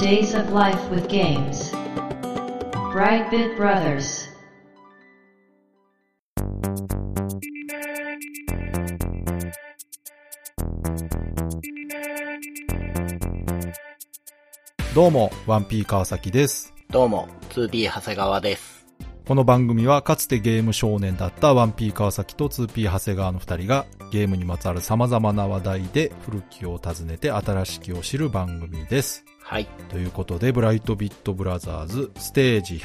Days of Life with Games. Brightbit Brothers. どうも、1P 川崎です。 どうも、2P 長谷川です。 この番組はかつてゲーム少年だった 1P 川崎と 2P 長谷川の2人がゲームにまつわる様々な話題で古きを訪ねて新しきを知る番組です。 はい。 ということで、ブライトビットブラザーズステージ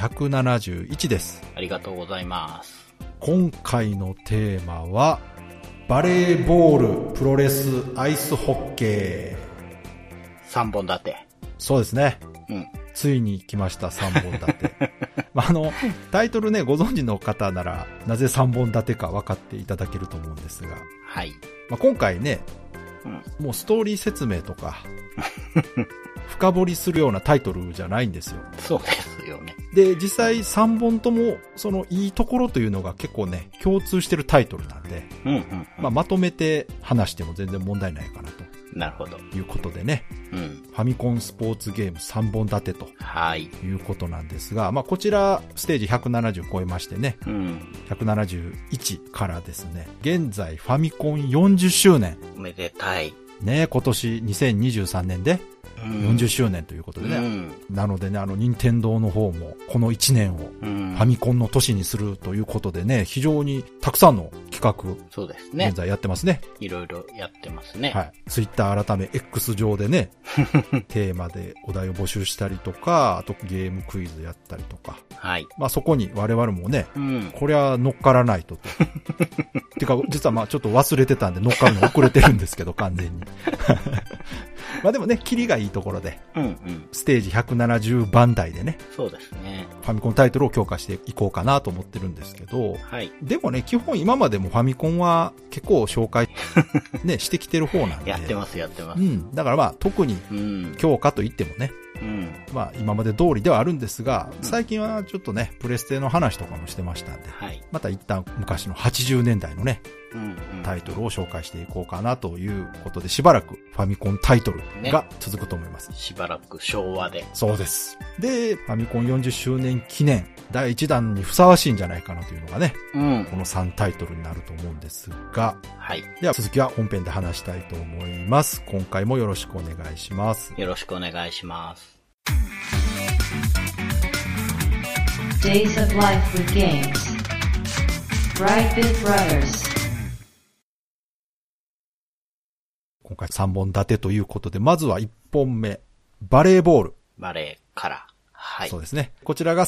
171です。 ありがとうございます。 今回のテーマは、バレーボールプロレスアイスホッケー。3本立て。 そうですね。 うん。 ついに来ました、3本立て。タイトルね、ご存知の方なら、なぜ3本立てか分かっていただけると思うんですが。 はい。 今回ね、もうストーリー説明とか、深掘りするようなタイトルじゃないんですよ。 そうですよね。 で、実際3本とも、そのいいところというのが結構ね、共通してるタイトルなんで、まとめて話しても全然問題ないかなと。 なるほど。 いうことでね、 ファミコンスポーツゲーム3本立てと。 はい。 いうことなんですが、こちら、ステージ170超えましてね、171からですね、現在ファミコン40周年。 おめでたい。 ね、今年2023年で、40周年ということでね。なのでね、任天堂の方もこの1年をファミコンの年にするということでね、非常にたくさんの企画、 そうですね。 現在やってますね。 いろいろやってますね。 はい。ツイッター改め X 上でね、テーマでお題を募集したりとか、あとゲームクイズやったりとか。 はい。 そこに我々もね、これは乗っからないと。てか、実はちょっと忘れてたんで乗っかるの遅れてるんですけど、完全に。でもね、キリがいいところで、ステージ170番台でね、 そうですね。 ファミコンタイトルを強化していこうかなと思ってるんですけど、 はい。 でもね、基本今までもファミコンは結構紹介ね、してきてる方なんで。 やってます。 だから特に強化といってもね、今まで通りではあるんですが、最近はちょっとね、プレステの話とかもしてましたんで、また一旦昔の80年代のね、タイトルを紹介していこうかなということで、しばらくファミコンタイトルが続くと思います。 しばらく昭和で。 そうです。で、ファミコン40周年記念第1弾にふさわしいんじゃないかなというのがね、この3タイトルになると思うんですが、 はい。 では続きは本編で話したいと思います。今回もよろしくお願いします。 よろしくお願いします。 Days of Life with Games. Brightbit Brothers. 今回3本立てということで、まずは1本目、バレーボール。 バレーから。はい。 そうですね。こちらが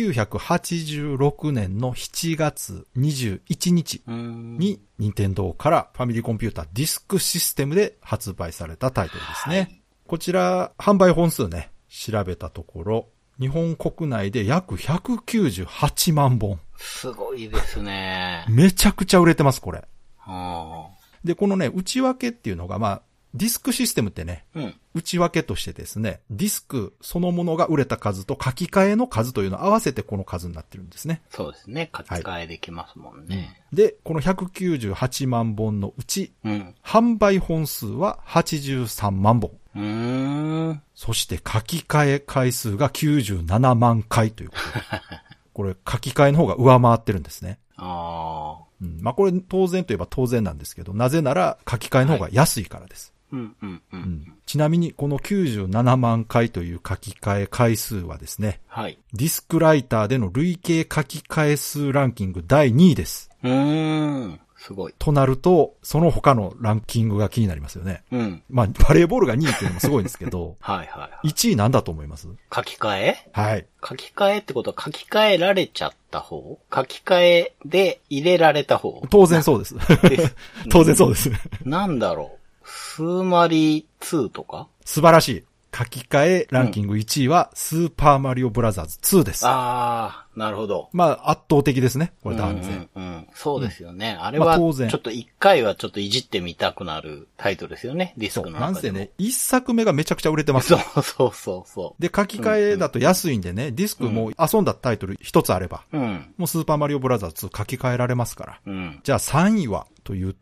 1986年の7月21日に任天堂からファミリーコンピュータディスクシステムで発売されたタイトルですね。はい、こちら、販売本数ね、調べたところ、日本国内で約198万本。 すごいですね。 めちゃくちゃ売れてます、これ。 はあ、 で、このね、内訳っていうのが、ディスクシステムってね、内訳としてですね、ディスクそのものが売れた数と書き換えの数というのを合わせてこの数になってるんですね。 そうですね。書き換えできますもんね。 で、この198万本のうち、販売本数は83万本。そして書き換え回数が97万回ということで、これ書き換えの方が上回ってるんですね。これ当然といえば当然なんですけど、なぜなら書き換えの方が安いからです。ちなみにこの97万回という書き換え回数はですね、ディスクライターでの累計書き換え数ランキング第2位です。 すごい。 となると、その他のランキングが気になりますよね。バレーボールが2位っていうのもすごいんですけど、1位なんだと思います？ 書き換え？ はい。 書き換えってことは書き換えられちゃった方？書き換えで入れられた方？ 当然そうです。当然そうです。 なんだろう。スーマリー2とか？ 素晴らしい。書き換えランキング1位はスーパーマリオブラザーズ2です。 なるほど。 圧倒的ですね。これ断然。 そうですよね。あれは、ちょっと1回はちょっといじってみたくなるタイトルですよね。ディスクの中でも。 なんせね、1作目がめちゃくちゃ売れてます。 そう。 で、書き換えだと安いんでね、ディスクも遊んだタイトル1つあれば、もうスーパーマリオブラザーズ2書き換えられますから。じゃあ3位はというと、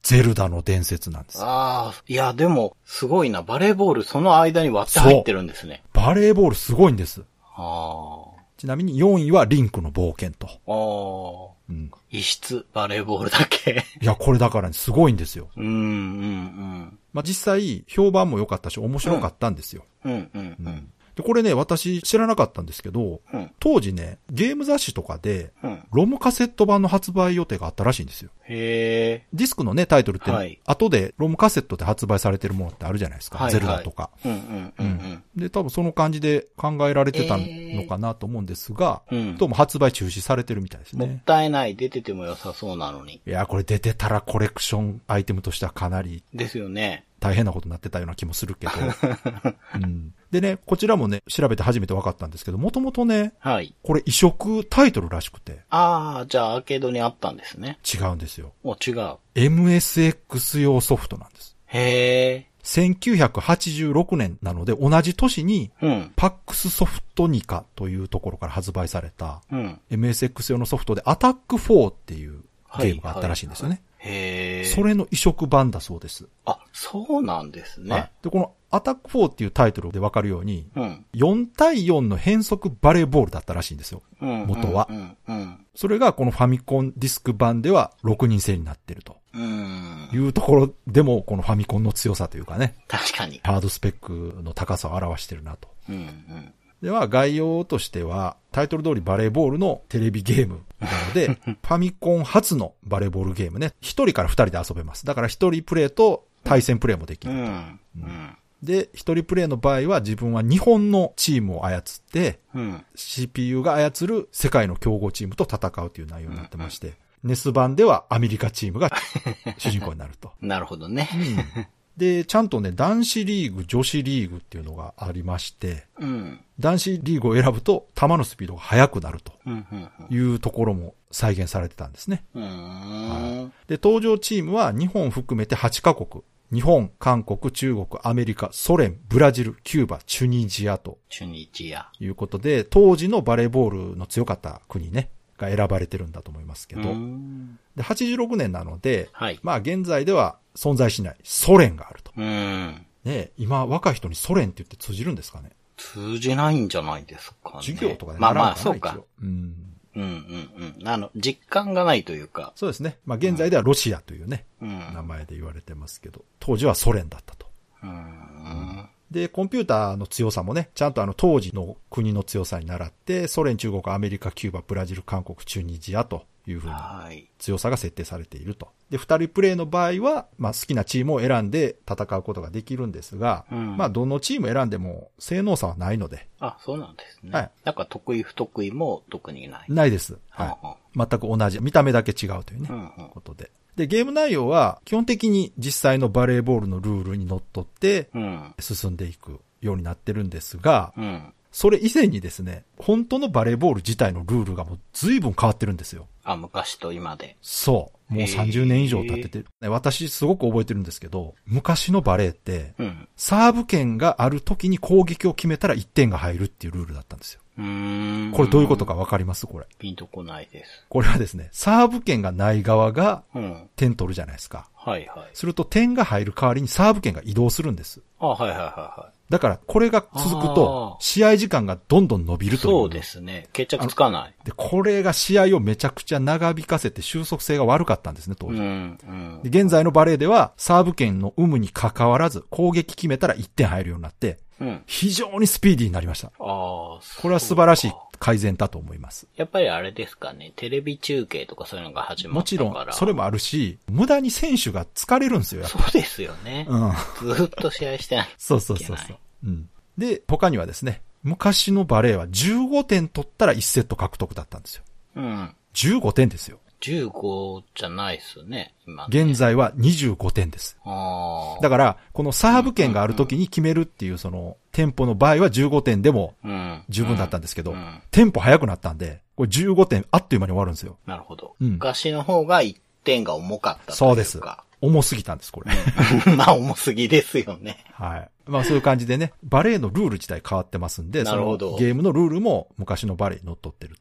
ゼルダの伝説なんです。 ああ、いやでも、すごいな。バレーボールその間に割って入ってるんですね。 バレーボールすごいんです。 ああ。 ちなみに4位はリンクの冒険と。 ああ。うん。異質、バレーボールだけ。 いや、これだから、ね、すごいんですよ。 まあ、実際、評判も良かったし、面白かったんですよ。で、これね、私知らなかったんですけど、当時ね、ゲーム雑誌とかで、ロムカセット版の発売予定があったらしいんですよ。 へー。 ディスクのね、タイトルって、後でロムカセットで発売されてるものってあるじゃないですか。ゼルダとか。で、多分その感じで考えられてたのかなと思うんですが、どうも発売中止されてるみたいですね。 もったいない。出てても良さそうなのに。 いや、これ出てたらコレクションアイテムとしてはかなり。 ですよね。 大変なことになってたような気もするけど。でね、こちらもね、調べて初めて分かったんですけど、もともとね、これ移植タイトルらしくて。 ああ、じゃあアーケードにあったんですね。 違うんですよ。 違う。 MSX 用ソフトなんです。 へー。 1986年なので、同じ年に、パックスソフトニカというところから発売された、MSX 用のソフトでアタック4っていうゲームがあったらしいんですよね。それの移植版だそうです。 あ、そうなんですね。 で、このアタック4っていうタイトルでわかるように、4対4の変則バレーボールだったらしいんですよ。元は。それがこのファミコンディスク版では6人制になってると。いうところでも、このファミコンの強さというかね。 確かに。 ハードスペックの高さを表してるなと。では、概要としては、タイトル通りバレーボールのテレビゲームなので、ファミコン初のバレーボールゲームね。1人から2人で遊べます。だから1人プレイと対戦プレイもできると。で、1人プレイの場合は自分は日本のチームを操って、CPU が操る世界の強豪チームと戦うという内容になってまして、ネス版ではアメリカチームが主人公になると。 なるほどね。 で、ちゃんとね、男子リーグ、女子リーグっていうのがありまして、男子リーグを選ぶと球のスピードが速くなるというところも再現されてたんですね。で、登場チームは日本含めて8カ国。日本、韓国、中国、アメリカ、ソ連、ブラジル、キューバ、チュニジアと。いうことで、当時のバレーボールの強かった国ね。が選ばれてるんだと思いますけど。で、86年なので、まあ現在では存在しないソ連があると。ね、今若い人にソ連って言って通じるんですかね。 通じないんじゃないですかね。 授業とかで習うのかな。まあそうか。実感がないというか。 そうですね。まあ現在ではロシアというね、名前で言われてますけど、当時はソ連だったと。で、コンピューターの強さもね、ちゃんと当時の国の強さに倣って、ソ連、中国、アメリカ、キューバ、ブラジル、韓国、チュニジアというふうに強さが設定されていると。で、二人プレイの場合は、まあ好きなチームを選んで戦うことができるんですが、まあどのチーム選んでも性能差はないので。 あ、そうなんですね。なんか得意不得意も特にない。 ないです。全く同じ。見た目だけ違うというね、ことで。で、ゲーム内容は基本的に実際のバレーボールのルールにのっとって進んでいくようになってるんですが、それ以前にですね、本当のバレーボール自体のルールがもう随分変わってるんですよ。 あ、昔と今で。 そう。もう30年以上経ってて、私すごく覚えてるんですけど、昔のバレーって、サーブ権がある時に攻撃を決めたら1点が入るっていうルールだったんですよ。これどういうことかわかりますこれ。 ピンとこないです。 これはですね、サーブ権がない側が点取るじゃないですか。すると点が入る代わりにサーブ権が移動するんです。だからこれが続くと試合時間がどんどん伸びるという。 そうですね。決着つかない。 で、これが試合をめちゃくちゃ長引かせて収束性が悪かったんですね、当時。で、現在のバレーではサーブ権の有無に関わらず攻撃決めたら1点入るようになって、非常にスピーディーになりました。これは素晴らしい改善だと思います。 やっぱりあれですかね、テレビ中継とかそういうのが始まったから。 もちろん、それもあるし、無駄に選手が疲れるんですよ、やっぱり。 そうですよね。ずっと試合してない。 そう。で、他にはですね、昔のバレーは15点取ったら1セット獲得だったんですよ。15点ですよ。 15じゃないっすね、今ね。 現在は25点です。だから、このサーブ権がある時に決めるっていうその、テンポの場合は15点でも十分だったんですけど、テンポ速くなったんで、これ15点あっという間に終わるんですよ。 なるほど。昔の方が1点が重かったというか。 そうです。重すぎたんです、これ。まあ重すぎですよね。 はい。まあそういう感じでね、バレーのルール自体変わってますんで、そのゲームのルールも昔のバレーにのっとってると。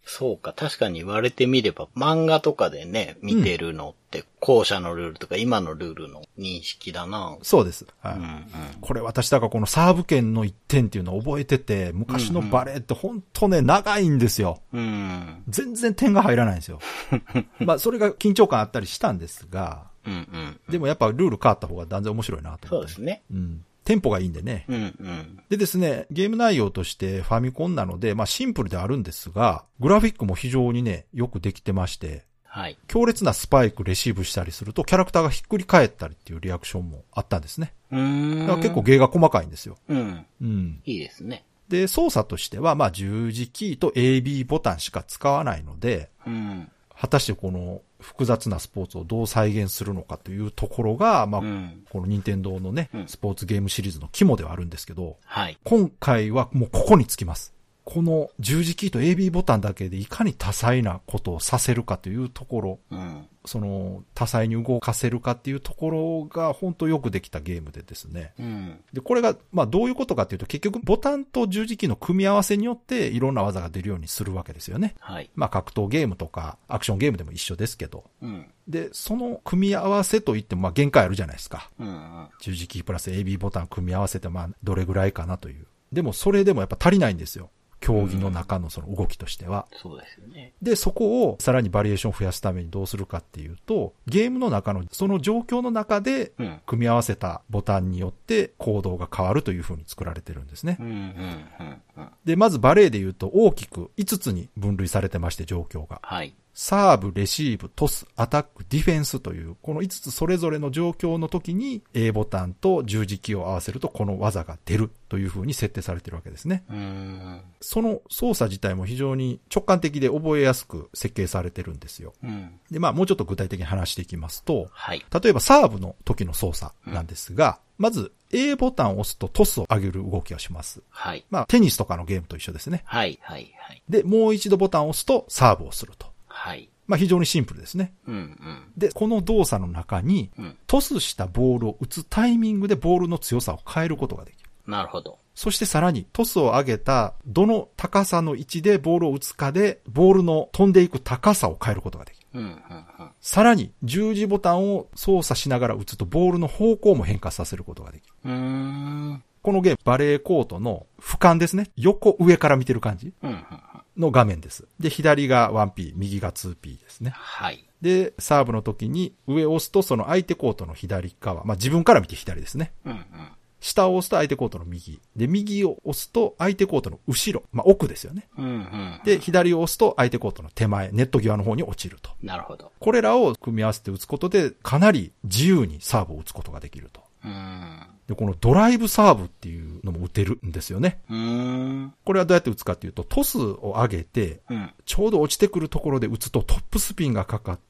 そうか、確かに言われてみれば、漫画とかでね、見てるのって、後者のルールとか今のルールの認識だな。 そうです。はい。これ私だからこのサーブ権の1点っていうのを覚えてて、昔のバレーってほんとね、長いんですよ。全然点が入らないんですよ。まあ、それが緊張感あったりしたんですが、でもやっぱルール変わった方が断然面白いなと思って。 そうですね。 テンポがいいんでね。でですね、ゲーム内容としてファミコンなので、まあシンプルであるんですが、グラフィックも非常にね、よくできてまして、 はい。 強烈なスパイクレシーブしたりすると、キャラクターがひっくり返ったりっていうリアクションもあったんですね。だから結構芸が細かいんですよ。 いいですね。 で、操作としては、まあ十字キーと AB ボタンしか使わないので、果たしてこの複雑なスポーツをどう再現するのかというところが、まあ、この任天堂のね、スポーツゲームシリーズの肝ではあるんですけど、今回はもうここにつきます。この十字キーと AB ボタンだけでいかに多彩なことをさせるかというところ、その多彩に動かせるかっていうところが本当よくできたゲームでですね。で、これがまあどういうことかというと結局ボタンと十字キーの組み合わせによっていろんな技が出るようにするわけですよね。まあ格闘ゲームとかアクションゲームでも一緒ですけど。で、その組み合わせといってもまあ限界あるじゃないですか。十字キープラス AB ボタン組み合わせてまあどれぐらいかなという。でもそれでもやっぱ足りないんですよ。競技の中のその動きとしては。 そうですよね。 で、そこをさらにバリエーションを増やすためにどうするかっていうと、ゲームの中のその状況の中で組み合わせたボタンによって行動が変わるという風に作られてるんですね。で、まずバレーで言うと大きく5つに分類されてまして状況が。サーブ、レシーブ、トス、アタック、ディフェンスという、この5つそれぞれの状況の時に A ボタンと十字キーを合わせるとこの技が出るという風に設定されているわけですね。その操作自体も非常に直感的で覚えやすく設計されてるんですよ。で、まあもうちょっと具体的に話していきますと、例えばサーブの時の操作なんですが、まず A ボタンを押すとトスを上げる動きをします。まあテニスとかのゲームと一緒ですね。で、もう一度ボタンを押すとサーブをすると。まあ非常にシンプルですね。で、この動作の中に、トスしたボールを打つタイミングでボールの強さを変えることができる。 なるほど。 そしてさらにトスを上げたどの高さの位置でボールを打つかで、ボールの飛んでいく高さを変えることができる。さらに十字ボタンを操作しながら打つとボールの方向も変化させることができる。このゲーム、バレーコートの俯瞰ですね。横上から見てる感じ。の画面です。で、左が 1P、右が 2P ですね。で、サーブの時に上を押すとその相手コートの左側、まあ自分から見て左ですね。下を押すと相手コートの右。で、右を押すと相手コートの後ろ、まあ奥ですよね。で、左を押すと相手コートの手前、ネット際の方に落ちると。 なるほど。 これらを組み合わせて打つことでかなり自由にサーブを打つことができると。で、このドライブサーブっていうのも打てるんですよね。これはどうやって打つかっていうと、トスを上げて、ちょうど落ちてくるところで打つとトップスピンがかかって、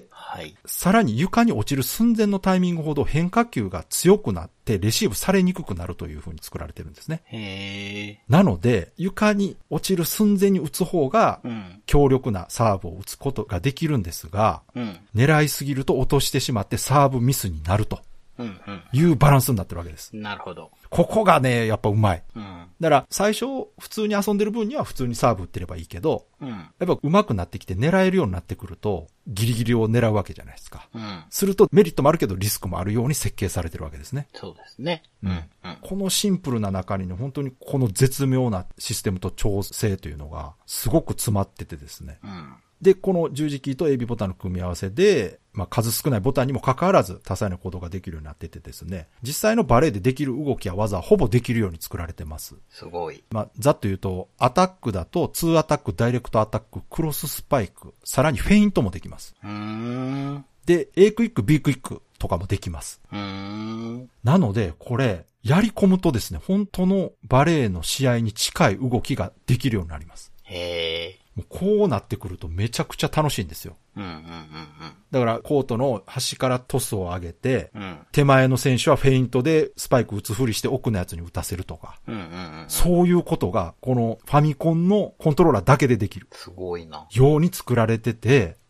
さらに床に落ちる寸前のタイミングほど変化球が強くなってレシーブされにくくなるという風に作られてるんですね。なので、床に落ちる寸前に打つ方が強力なサーブを打つことができるんですが、狙いすぎると落としてしまってサーブミスになると。いうバランスになってるわけです。 なるほど。 ここがね、やっぱうまい。だから最初普通に遊んでる分には普通にサーブ打ってればいいけど、やっぱ上手くなってきて狙えるようになってくるとギリギリを狙うわけじゃないですか。するとメリットもあるけどリスクもあるように設計されてるわけですね。 そうですね。 このシンプルな中にね、本当にこの絶妙なシステムと調整というのがすごく詰まっててですね。で、この十字キーと AB ボタンの組み合わせで、まあ数少ないボタンにもかかわらず多彩な行動ができるようになっててですね、実際のバレーでできる動きや技はほぼできるように作られてます。 すごい。 まあざっと言うと、アタックだと2アタック、ダイレクトアタック、クロススパイク、さらにフェイントもできます。で、A クイック、B クイックとかもできます。なので、これ、やり込むとですね、本当のバレーの試合に近い動きができるようになります。もうこうなってくるとめちゃくちゃ楽しいんですよ。だからコートの端からトスを上げて、手前の選手はフェイントでスパイク打つふりして奥のやつに打たせるとか、そういうことがこのファミコンのコントローラーだけでできる。 すごいな。 ように作られてて、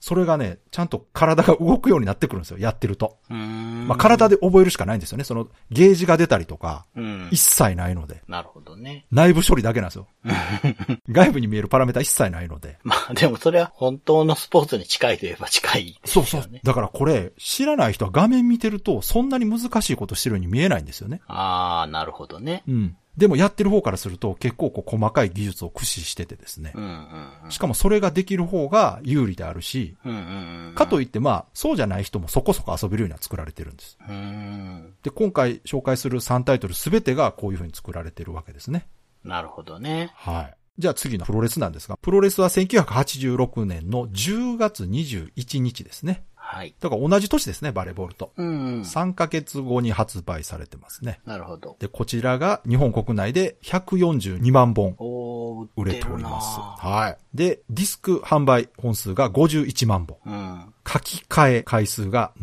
それがね、ちゃんと体が動くようになってくるんですよ、やってると。まあ、体で覚えるしかないんですよね。そのゲージが出たりとか、一切ないので。 なるほどね。 内部処理だけなんですよ。外部に見えるパラメータ一切ないので。 まあでもそれは本当のスポーツに近いといえば近いですよね。 そうそう。だからこれ、知らない人は画面見てると、そんなに難しいことしてるように見えないんですよね。 ああ、なるほどね。 うん。でもやってる方からすると結構こう細かい技術を駆使しててですね。しかもそれができる方が有利であるし、かといってまあそうじゃない人もそこそこ遊べるようには作られてるんです。で、今回紹介する3タイトルすべてがこういう風に作られてるわけですね。 なるほどね。 はい。じゃあ次のプロレスなんですが、プロレスは1986年の10月21日ですね。 はい。 だから同じ年ですね、バレーボールと。3ヶ月後に発売されてますね。 なるほど。 で、こちらが日本国内で142万本売れております。はい。で、ディスク販売本数が51万本。書き換え回数が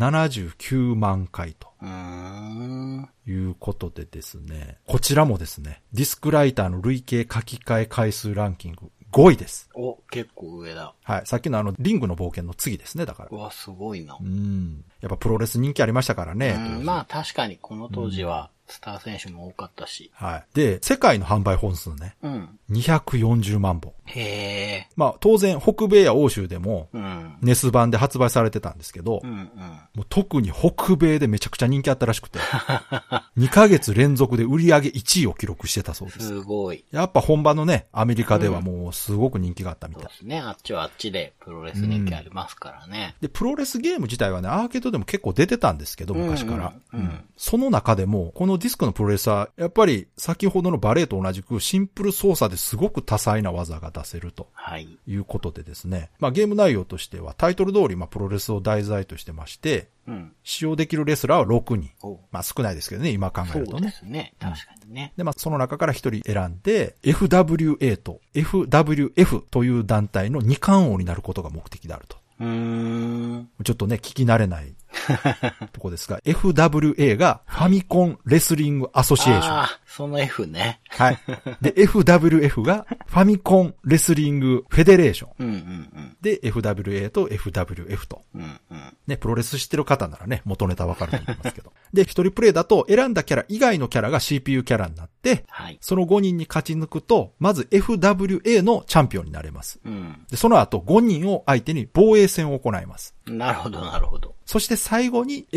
79万回と。いうことでですね。こちらもですね、ディスクライターの累計書き換え回数ランキング5位です。 お、結構上だ。 はい。さっきのリングの冒険の次ですね、だから。 うわ、すごいな。 やっぱプロレス人気ありましたからね。 まあ確かにこの当時はスター選手も多かったし。 はい。で、世界の販売本数ね。240万本。 へー。 まあ当然北米や欧州でも、ネス版で発売されてたんですけど、もう特に北米でめちゃくちゃ人気あったらしくて、2ヶ月連続で売り上げ1位を記録してたそうです。 すごい。 やっぱ本場のね、アメリカではもうすごく人気があったみたい。 そうですね。あっちはあっちでプロレス人気ありますからね。 で、プロレスゲーム自体はね、アーケードでも結構出てたんですけど、昔から。その中でも、このディスクのプロレスは、やっぱり先ほどのバレーと同じくシンプル操作ですごく多彩な技が出せると。はい。いうことでですね。まあゲーム内容としてはタイトル通り、まあプロレスを題材としてまして、使用できるレスラーは6人。まあ少ないですけどね、今考えるとね。そうですね。確かにね。 で、まあその中から1人選んで、FWA と FWF という団体の2冠王になることが目的であると。ちょっとね、聞き慣れないとこですが、FWA がファミコンレスリングアソシエーション。 その F ね。 はい。で、FWF がファミコンレスリングフェデレーション。で、FWA と FWF と。ね、プロレス知ってる方ならね、元ネタわかると思いますけど。で、一人プレイだと選んだキャラ以外のキャラが CPU キャラになって、その5人に勝ち抜くと、まず FWA のチャンピオンになれます。で、その後5人を相手に防衛戦を行います。 なるほど、なるほど。 そして最後に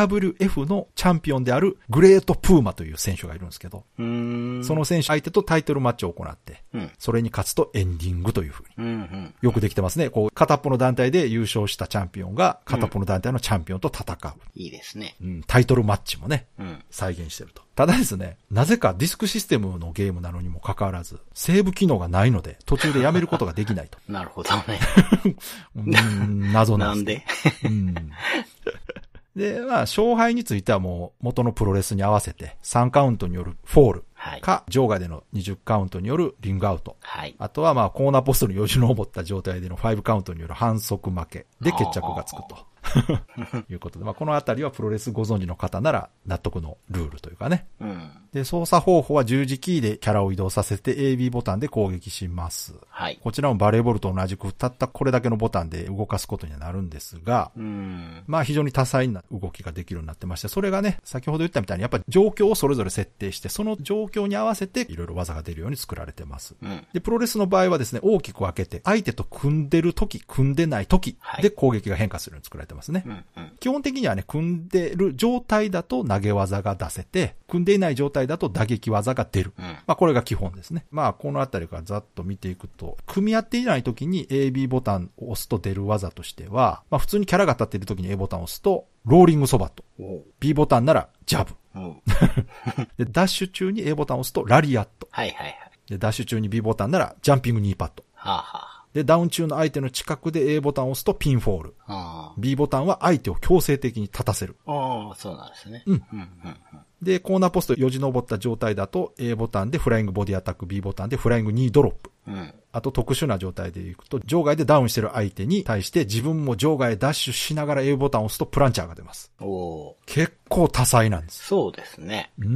FWF のチャンピオンであるグレートプーマという選手がいるんですけど、その選手相手とタイトルマッチを行って、それに勝つとエンディングというふうに。よくできてますね。こう、片っぽの団体で優勝したチャンピオンが片っぽの団体のチャンピオンと戦う。 いいですね。 タイトルマッチもね、再現してると。ただですね、なぜかディスクシステムのゲームなのにもかかわらず、セーブ機能がないので、途中でやめることができないと。 なるほどね。 謎なんで。 で、まあ、勝敗についてはもう元のプロレスに合わせて3カウントによるフォールか、場外での20カウントによるリングアウト。あとはまあ、コーナーポストによじ登った状態での5カウントによる反則負けで決着がつくと。いうことで、まあ、このあたりはプロレスご存知の方なら納得のルールというかね。で、操作方法は十字キーでキャラを移動させて AB ボタンで攻撃します。こちらもバレーボールと同じくたったこれだけのボタンで動かすことにはなるんですが、まあ非常に多彩な動きができるようになってまして、それがね、先ほど言ったみたいにやっぱ状況をそれぞれ設定して、その状況に合わせていろいろ技が出るように作られてます。で、プロレスの場合はですね、大きく分けて、相手と組んでる時、組んでない時で攻撃が変化するように作られてますね。基本的にはね、組んでる状態だと投げ技が出せて、組んでいない状態だと打撃技が出る。まあこれが基本ですね。まあこのあたりからざっと見ていくと、組み合っていない時に AB ボタンを押すと出る技としては、まあ普通にキャラが立っている時に A ボタンを押すと、ローリングソバット。B ボタンならジャブ。で、ダッシュ中に A ボタンを押すとラリアット。で、ダッシュ中に B ボタンならジャンピングニーパッド。で、ダウン中の相手の近くで A ボタンを押すとピンフォール。B ボタンは相手を強制的に立たせる。 そうなんですね。 で、コーナーポストよじ登った状態だと A ボタンでフライングボディアタック、B ボタンでフライングニードロップ。 うん。 あと特殊な状態でいくと、場外でダウンしてる相手に対して自分も場外へダッシュしながら A ボタンを押すとプランチャーが出ます。結構多彩なんです。 そうですね。 うん。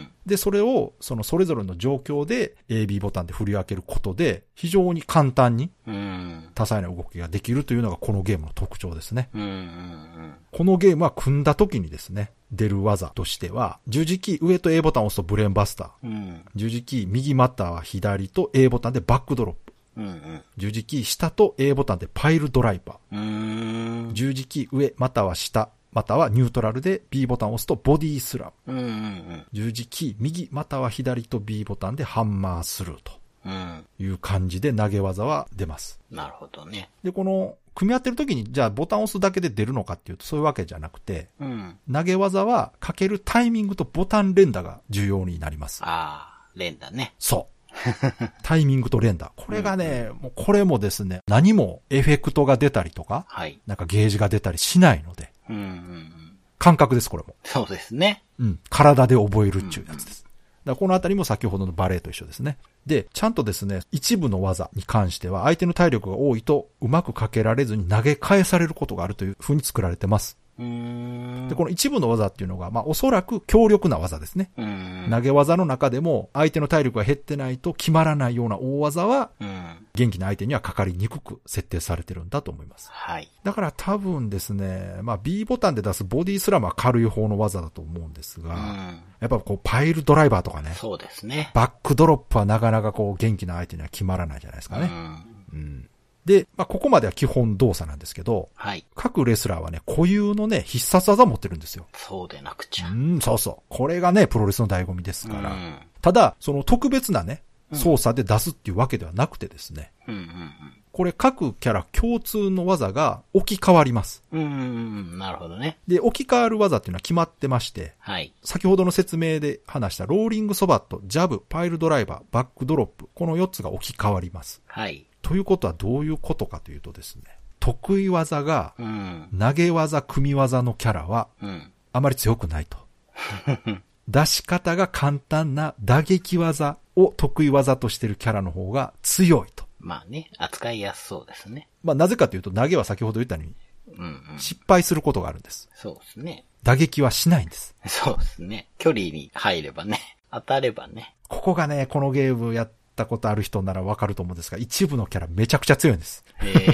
で、それを、それぞれの状況で A、B ボタンで振り分けることで、非常に簡単に多彩な動きができるというのがこのゲームの特徴ですね。このゲームは組んだ時にですね、出る技としては、十字キー上と A ボタンを押すとブレーンバスター。十字キー右または左と A ボタンでバックドロップ。十字キー下と A ボタンでパイルドライバー。十字キー上または下またはニュートラルで B ボタンを押すとボディスラム。十字キー右または左と B ボタンでハンマースルーという感じで投げ技は出ます。 なるほどね。 で、この組み合ってる時にじゃあボタンを押すだけで出るのかっていうとそういうわけじゃなくて、投げ技はかけるタイミングとボタン連打が重要になります。 連打ね。 そう。タイミングと連打。これがね、もうこれもですね、何もエフェクトが出たりとか、なんかゲージが出たりしないので、感覚です、これも。 そうですね。 体で覚えるっていうやつです。だからこのあたりも先ほどのバレーと一緒ですね。で、ちゃんとですね、一部の技に関しては相手の体力が多いとうまくかけられずに投げ返されることがあるという風に作られてます。で、この一部の技っていうのが、おそらく強力な技ですね。投げ技の中でも相手の体力が減ってないと決まらないような大技は、元気な相手にはかかりにくく設定されてるんだと思います。だから多分ですね、B ボタンで出すボディスラムは軽い方の技だと思うんですが、やっぱこうパイルドライバーとかね。 そうですね。 バックドロップはなかなかこう元気な相手には決まらないじゃないですかね。で、ここまでは基本動作なんですけど、各レスラーはね、固有のね、必殺技を持ってるんですよ。 そうでなくちゃ。 そうそう。これがね、プロレスの醍醐味ですから。ただ、その特別なね、操作で出すっていうわけではなくてですね。これ各キャラ共通の技が置き換わります。 なるほどね。 で、置き換わる技っていうのは決まってまして、先ほどの説明で話したローリングソバット、ジャブ、パイルドライバー、バックドロップ、この4つが置き換わります。ということはどういうことかというとですね、得意技が、投げ技、組み技のキャラは、あまり強くないと。出し方が簡単な打撃技を得意技としているキャラの方が強いと。 扱いやすそうですね。 なぜかというと、投げは先ほど言ったように、失敗することがあるんです。 そうですね。 打撃はしないんです。 そうですね。距離に入ればね、当たればね。 ここがね、このゲームやったことある人ならわかると思うんですが、一部のキャラめちゃくちゃ強いんです。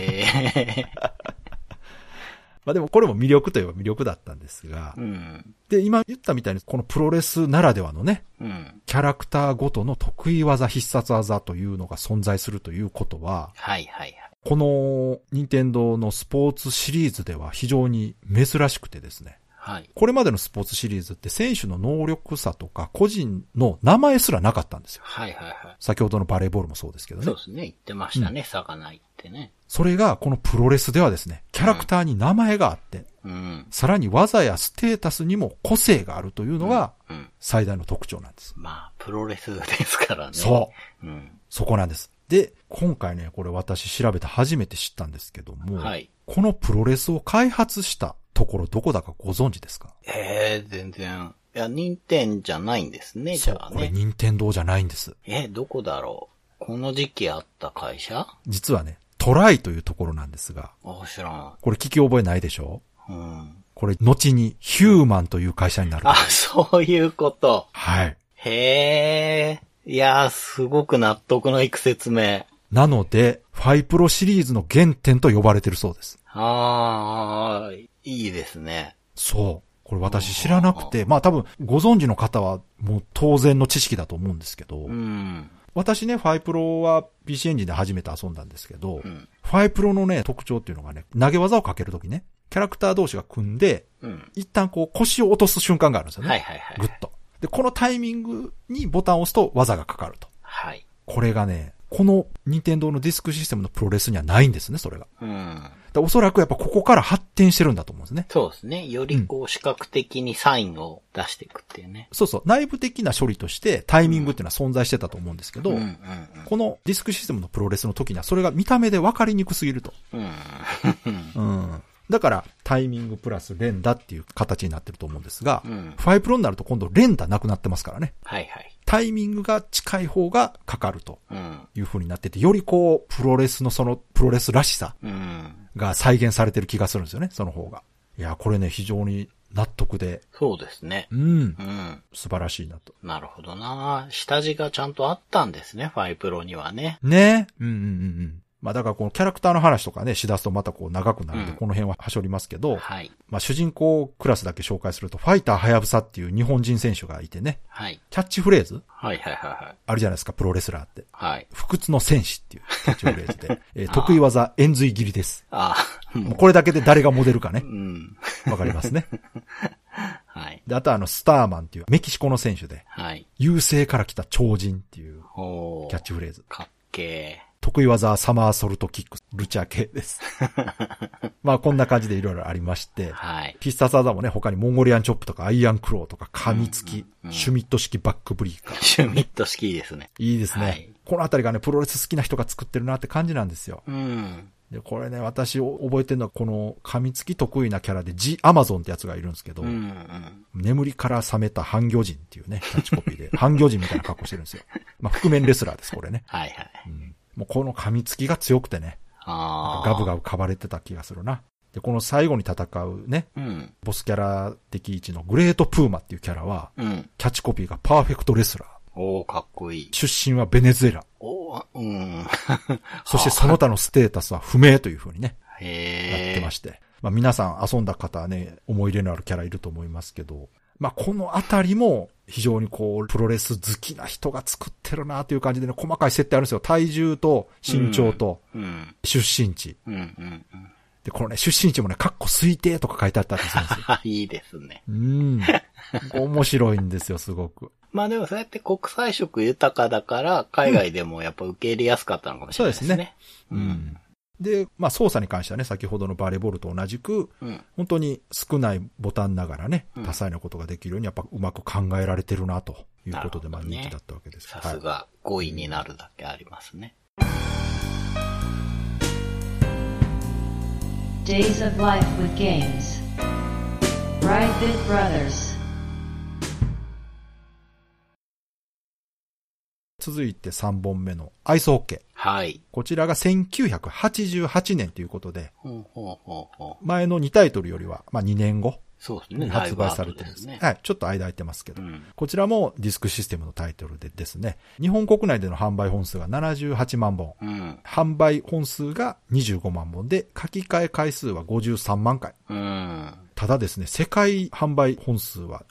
でもこれも魅力といえば魅力だったんですが、で、今言ったみたいにこのプロレスならではのね、キャラクターごとの得意技、必殺技というのが存在するということは、この任天堂のスポーツシリーズでは非常に珍しくてですね、これまでのスポーツシリーズって選手の能力差とか個人の名前すらなかったんですよ。先ほどのバレーボールもそうですけどね。 そうですね。言ってましたね。差がないってね。 それがこのプロレスではですね、キャラクターに名前があって、さらに技やステータスにも個性があるというのが最大の特徴なんです。 プロレスですからね。 そう。そこなんです。で、今回ね、これ私調べて初めて知ったんですけども、このプロレスを開発したところどこだかご存知ですか？ 全然。いや、任天じゃないんですね、じゃあね。 これ任天堂じゃないんです。 どこだろう？この時期あった会社？ 実はね、トライというところなんですが。 知らない。 これ聞き覚えないでしょ？これ、後にヒューマンという会社になる。 そういうこと。いや、すごく納得のいく説明。 なので、ファイプロシリーズの原点と呼ばれてるそうです。 いいですね。 そう。これ私知らなくて、多分ご存知の方はもう当然の知識だと思うんですけど、私ね、ファイプロは PC エンジンで初めて遊んだんですけど、ファイプロのね、特徴っていうのがね、投げ技をかけるときね、キャラクター同士が組んで、一旦こう腰を落とす瞬間があるんですよね。ぐっと。で、このタイミングにボタンを押すと技がかかると。これがね、この任天堂のディスクシステムのプロレスにはないんですね、それが。おそらくやっぱここから発展してるんだと思うんですね。 そうですね。よりこう視覚的にサインを出していくっていうね。 そうそう。内部的な処理としてタイミングっていうのは存在してたと思うんですけど、このディスクシステムのプロレスの時にはそれが見た目で分かりにくすぎると。だからタイミングプラス連打っていう形になってると思うんですが、ファイプロになると今度連打なくなってますからね。 タイミングが近い方がかかるという風になってて、よりこう、プロレスのその、プロレスらしさが再現されてる気がするんですよね、その方が。いや、これね、非常に納得で。 そうですね。 素晴らしいなと。 なるほどな。下地がちゃんとあったんですね、ファイプロにはね。 ね。まあだからこのキャラクターの話とかね、しだすとまたこう長くなるんで、この辺ははしょりますけど、 はい。 まあ主人公クラスだけ紹介すると、ファイターはやぶさっていう日本人選手がいてね、 はい。 キャッチフレーズはい。 あるじゃないですか、プロレスラーって。 はい。 不屈の戦士っていうキャッチフレーズで、得意技、円髄切りです。 もうこれだけで誰がモデルかね。わかりますね。 はい。 で、あとスターマンっていうメキシコの選手で、 はい。 優勢から来た超人っていうキャッチフレーズ。 かっけー。 得意技、サマーソルトキック、ルチャー系です。まあこんな感じでいろいろありまして、 はい。 必殺技もね、他にモンゴリアンチョップとかアイアンクローとか噛みつき、シュミット式バックブリーカー。 シュミット式いいですね。 いいですね。 はい、 このあたりがね、プロレス好きな人が作ってるなって感じなんですよ。で、これね、私覚えてるのはこの噛みつき得意なキャラでジ・アマゾンってやつがいるんですけど、眠りから覚めた半魚人っていうね、キャッチコピーで、半魚人みたいな格好してるんですよ。まあ覆面レスラーです、これね。 はい。 もうこの噛みつきが強くてね、ガブガブ噛まれてた気がするな。で、この最後に戦うね、ボスキャラ的位置のグレートプーマっていうキャラは、キャッチコピーがパーフェクトレスラー。 おー、かっこいい。 出身はベネズエラ。そしてその他のステータスは不明という風にね、なってまして。まあ皆さん遊んだ方はね、思い入れのあるキャラいると思いますけど、まあこのあたりも非常にこう、プロレス好きな人が作ってるなという感じでね、細かい設定あるんですよ。体重と身長と出身地。で、このね、出身地もね、カッコ推定とか書いてあったりするんですよ。 いいですね。 面白いんですよ、すごく。 まあでもそうやって国際色豊かだから、海外でもやっぱ受け入れやすかったのかもしれないですね。そうですね。 で、まあ操作に関してはね、先ほどのバレーボールと同じく、本当に少ないボタンながらね、多彩なことができるようにやっぱうまく考えられてるなということで、まあ人気だったわけです。 さすが5位になるだけありますね。 Days of Life with Games Brightbit Brothers。 続いて3本目のアイスホッケー。 はい。 こちらが1988年ということで、前の2タイトルよりは、まあ2年後。 そうですね。 発売されてるんですね。はい。ちょっと間空いてますけど、こちらもディスクシステムのタイトルでですね、日本国内での販売本数が78万本、販売本数が25万本で、書き換え回数は53万回。ただですね、世界販売本数は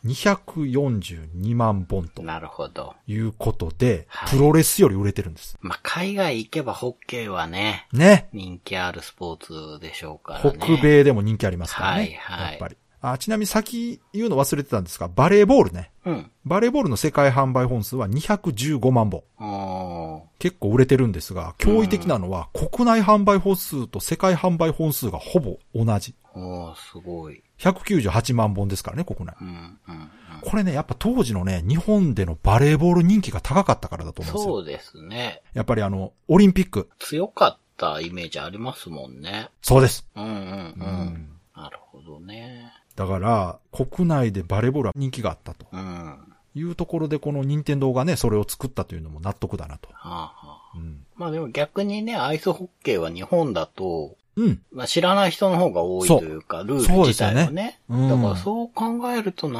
242万本と。 なるほど。 いうことで、プロレスより売れてるんです。 まあ、海外行けばホッケーはね。人気あるスポーツでしょうからね。 北米でも人気ありますからね。やっぱり。ちなみに先言うの忘れてたんですが、バレーボールね。バレーボールの世界販売本数は215万本。結構売れてるんですが、驚異的なのは、国内販売本数と世界販売本数がほぼ同じ。 すごい。 198万本ですからね、国内。これね、やっぱ当時のね、日本でのバレーボール人気が高かったからだと思うんですよ。 そうですね。 やっぱりオリンピック。 強かったイメージありますもんね。 そうです。 なるほどね。 だから、国内でバレーボールは人気があったと。いうところで、この任天堂がね、それを作ったというのも納得だなと。 まあでも逆にね、アイスホッケーは日本だと、まあ知らない人の方が多いというか、ルール自体はね。だからそう考えると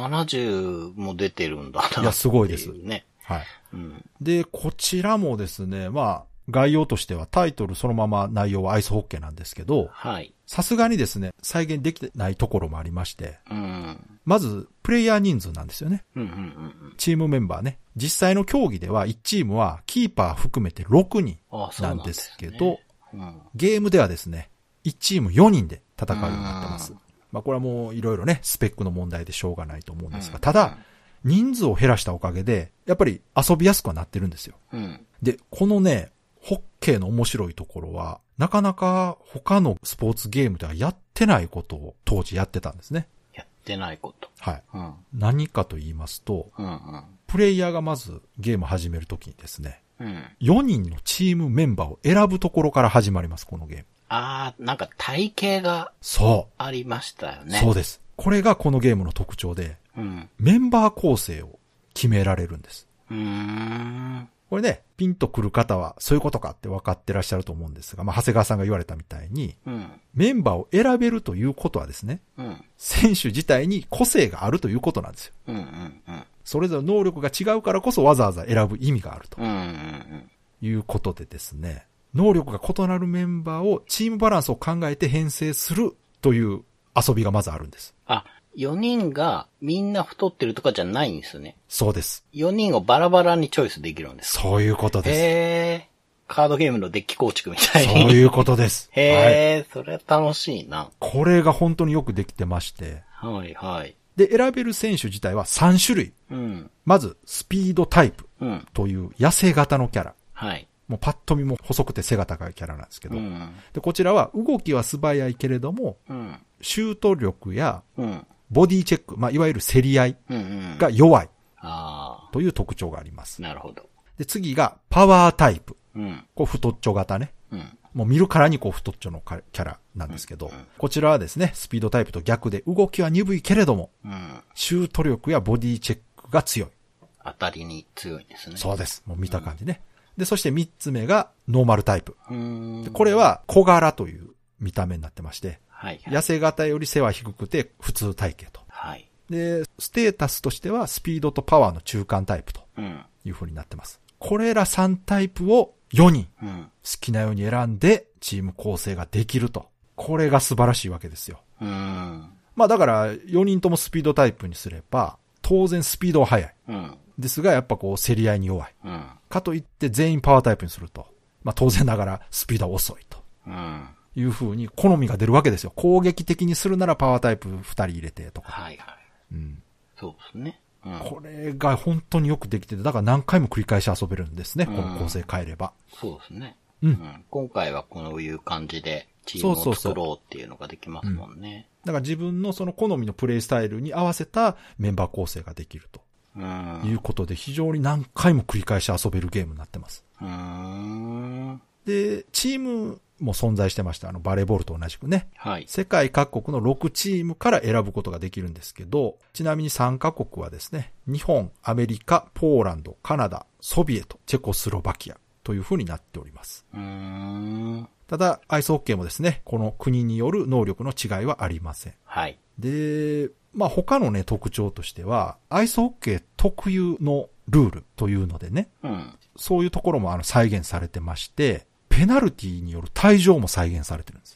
70も出てるんだなっていうね。いや、すごいです。 はい。で、こちらもですね、まあ、概要としてはタイトルそのまま内容はアイスホッケーなんですけど、さすがにですね、再現できてないところもありまして、まず、プレイヤー人数なんですよね。チームメンバーね。実際の競技では1チームはキーパー含めて6人なんですけど、ゲームではですね、1チーム4人で戦うようになってます。まあこれはもういろいろね、スペックの問題でしょうがないと思うんですが、ただ、人数を減らしたおかげで、やっぱり遊びやすくはなってるんですよ。で、このね、ホッケーの面白いところは、なかなか他のスポーツゲームではやってないことを当時やってたんですね。 やってないこと。 はい。何かと言いますと、プレイヤーがまずゲーム始めるときにですね、4人のチームメンバーを選ぶところから始まります、このゲーム。 なんか体型がありましたよね。 そうです。これがこのゲームの特徴で、メンバー構成を決められるんです。 これね、ピンとくる方はそういうことかって分かってらっしゃると思うんですが、まあ、長谷川さんが言われたみたいに、メンバーを選べるということはですね、選手自体に個性があるということなんですよ。それぞれ能力が違うからこそわざわざ選ぶ意味があると。いうことでですね、能力が異なるメンバーをチームバランスを考えて編成するという遊びがまずあるんです。 あ、4人がみんな太ってるとかじゃないんですよね。 そうです。 4人をバラバラにチョイスできるんですか？ そういうことです。 カードゲームのデッキ構築みたいに。 そういうことです。 それ楽しいな。 これが本当によくできてまして。 はいはい。 で、選べる選手自体は3種類。まず、スピードタイプという痩せ型のキャラ。はい。もうパッと見も細くて背が高いキャラなんですけど。で、こちらは動きは素早いけれども、シュート力や、ボディチェック、まあ、いわゆる競り合いが弱い。という特徴があります。 なるほど。 で、次が、パワータイプ。こう、太っちょ型ね。もう見るからにこう、太っちょのキャラなんですけど、こちらはですね、スピードタイプと逆で動きは鈍いけれども、シュート力やボディチェックが強い。 当たりに強いですね。 そうです。もう見た感じね。で、そして3つ目が、ノーマルタイプ。でこれは、小柄という見た目になってまして、痩せ型より背は低くて普通体型と。で、ステータスとしてはスピードとパワーの中間タイプという風になってます。これら3タイプを4人好きなように選んでチーム構成ができると。これが素晴らしいわけですよ。まあだから4人ともスピードタイプにすれば当然スピードは速い。ですがやっぱこう競り合いに弱い。かといって全員パワータイプにすると。まあ当然ながらスピードは遅いと。いう風に好みが出るわけですよ。攻撃的にするならパワータイプ2人入れてとか。そうですね。これが本当によくできてて、だから何回も繰り返し遊べるんですね。この構成変えれば。 そうですね。今回はこういう感じでチームを作ろうっていうのができますもんね。 だから自分のその好みのプレイスタイルに合わせたメンバー構成ができると。いうことで非常に何回も繰り返し遊べるゲームになってます。で、チームも存在してました。バレーボールと同じくね。世界各国の6チームから選ぶことができるんですけど、ちなみに3カ国はですね、日本、アメリカ、ポーランド、カナダ、ソビエト、チェコスロバキアという風になっております。ただ、アイスホッケーもですね、この国による能力の違いはありません。で、まあ他のね、特徴としては、アイスホッケー特有のルールというのでね、そういうところも再現されてまして、ペナルティによる退場も再現されてるんです。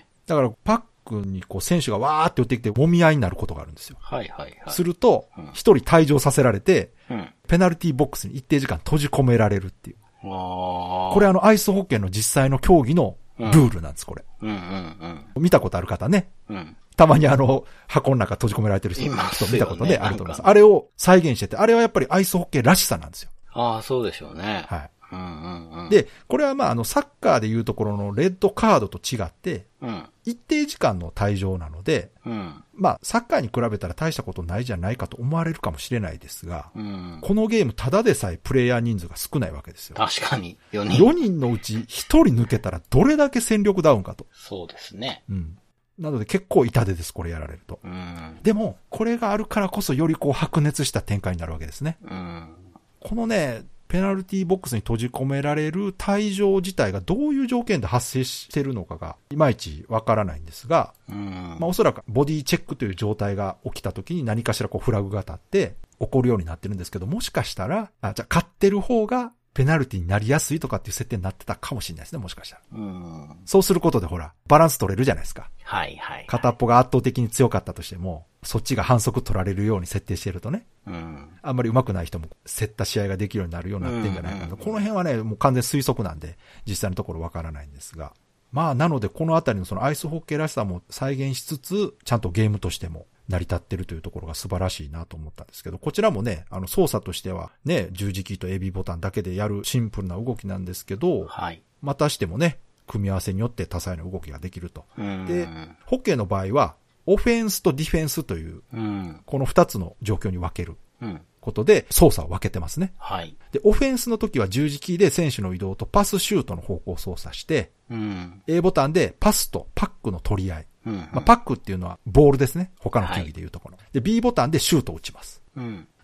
だからパックにこう選手がわーって寄ってきて揉み合いになることがあるんですよ。すると、一人退場させられて、ペナルティボックスに一定時間閉じ込められるっていう。これアイスホッケーの実際の競技のルールなんです、これ。見たことある方ね。たまに箱の中閉じ込められてる人見たことね、あると思います。あれを再現してて、あれはやっぱりアイスホッケーらしさなんですよ。 そうでしょうね。 で、これはまあサッカーでいうところのレッドカードと違って、一定時間の退場なので、まあサッカーに比べたら大したことないじゃないかと思われるかもしれないですが、このゲームただでさえプレイヤー人数が少ないわけですよ。 確かに。4 人のうち1人抜けたらどれだけ戦力ダウンかと。 そうですね。 なので結構痛手です、これやられると。でも、これがあるからこそよりこう白熱した展開になるわけですね。このね、ペナルティボックスに閉じ込められる退場自体がどういう条件で発生しているのかがいまいちわからないんですが、まあおそらくボディチェックという状態が起きた時に何かしらこうフラグが立って起こるようになってるんですけど、もしかしたら、じゃあ勝ってる方がペナルティになりやすいとかっていう設定になってたかもしれないですね、もしかしたら。そうすることでほら、バランス取れるじゃないですか。片っぽが圧倒的に強かったとしても、そっちが反則取られるように設定してるとね。あんまり上手くない人も競った試合ができるようになるようになってんじゃないかな。この辺はね、もう完全推測なんで、実際のところわからないんですが。まあ、なのでこのあたりのそのアイスホッケーらしさも再現しつつ、ちゃんとゲームとしても成り立ってるというところが素晴らしいなと思ったんですけど、こちらもね、操作としてはね、十字キーと AB ボタンだけでやるシンプルな動きなんですけど、またしてもね、組み合わせによって多彩な動きができると。で、ホッケーの場合は、オフェンスとディフェンスという、この2つの状況に分けることで操作を分けてますね。で、オフェンスの時は十字キーで選手の移動とパスシュートの方向を操作して、A ボタンでパスとパックの取り合い。まあ、パックっていうのはボールですね。他の競技でいうところ。で、B ボタンでシュートを打ちます。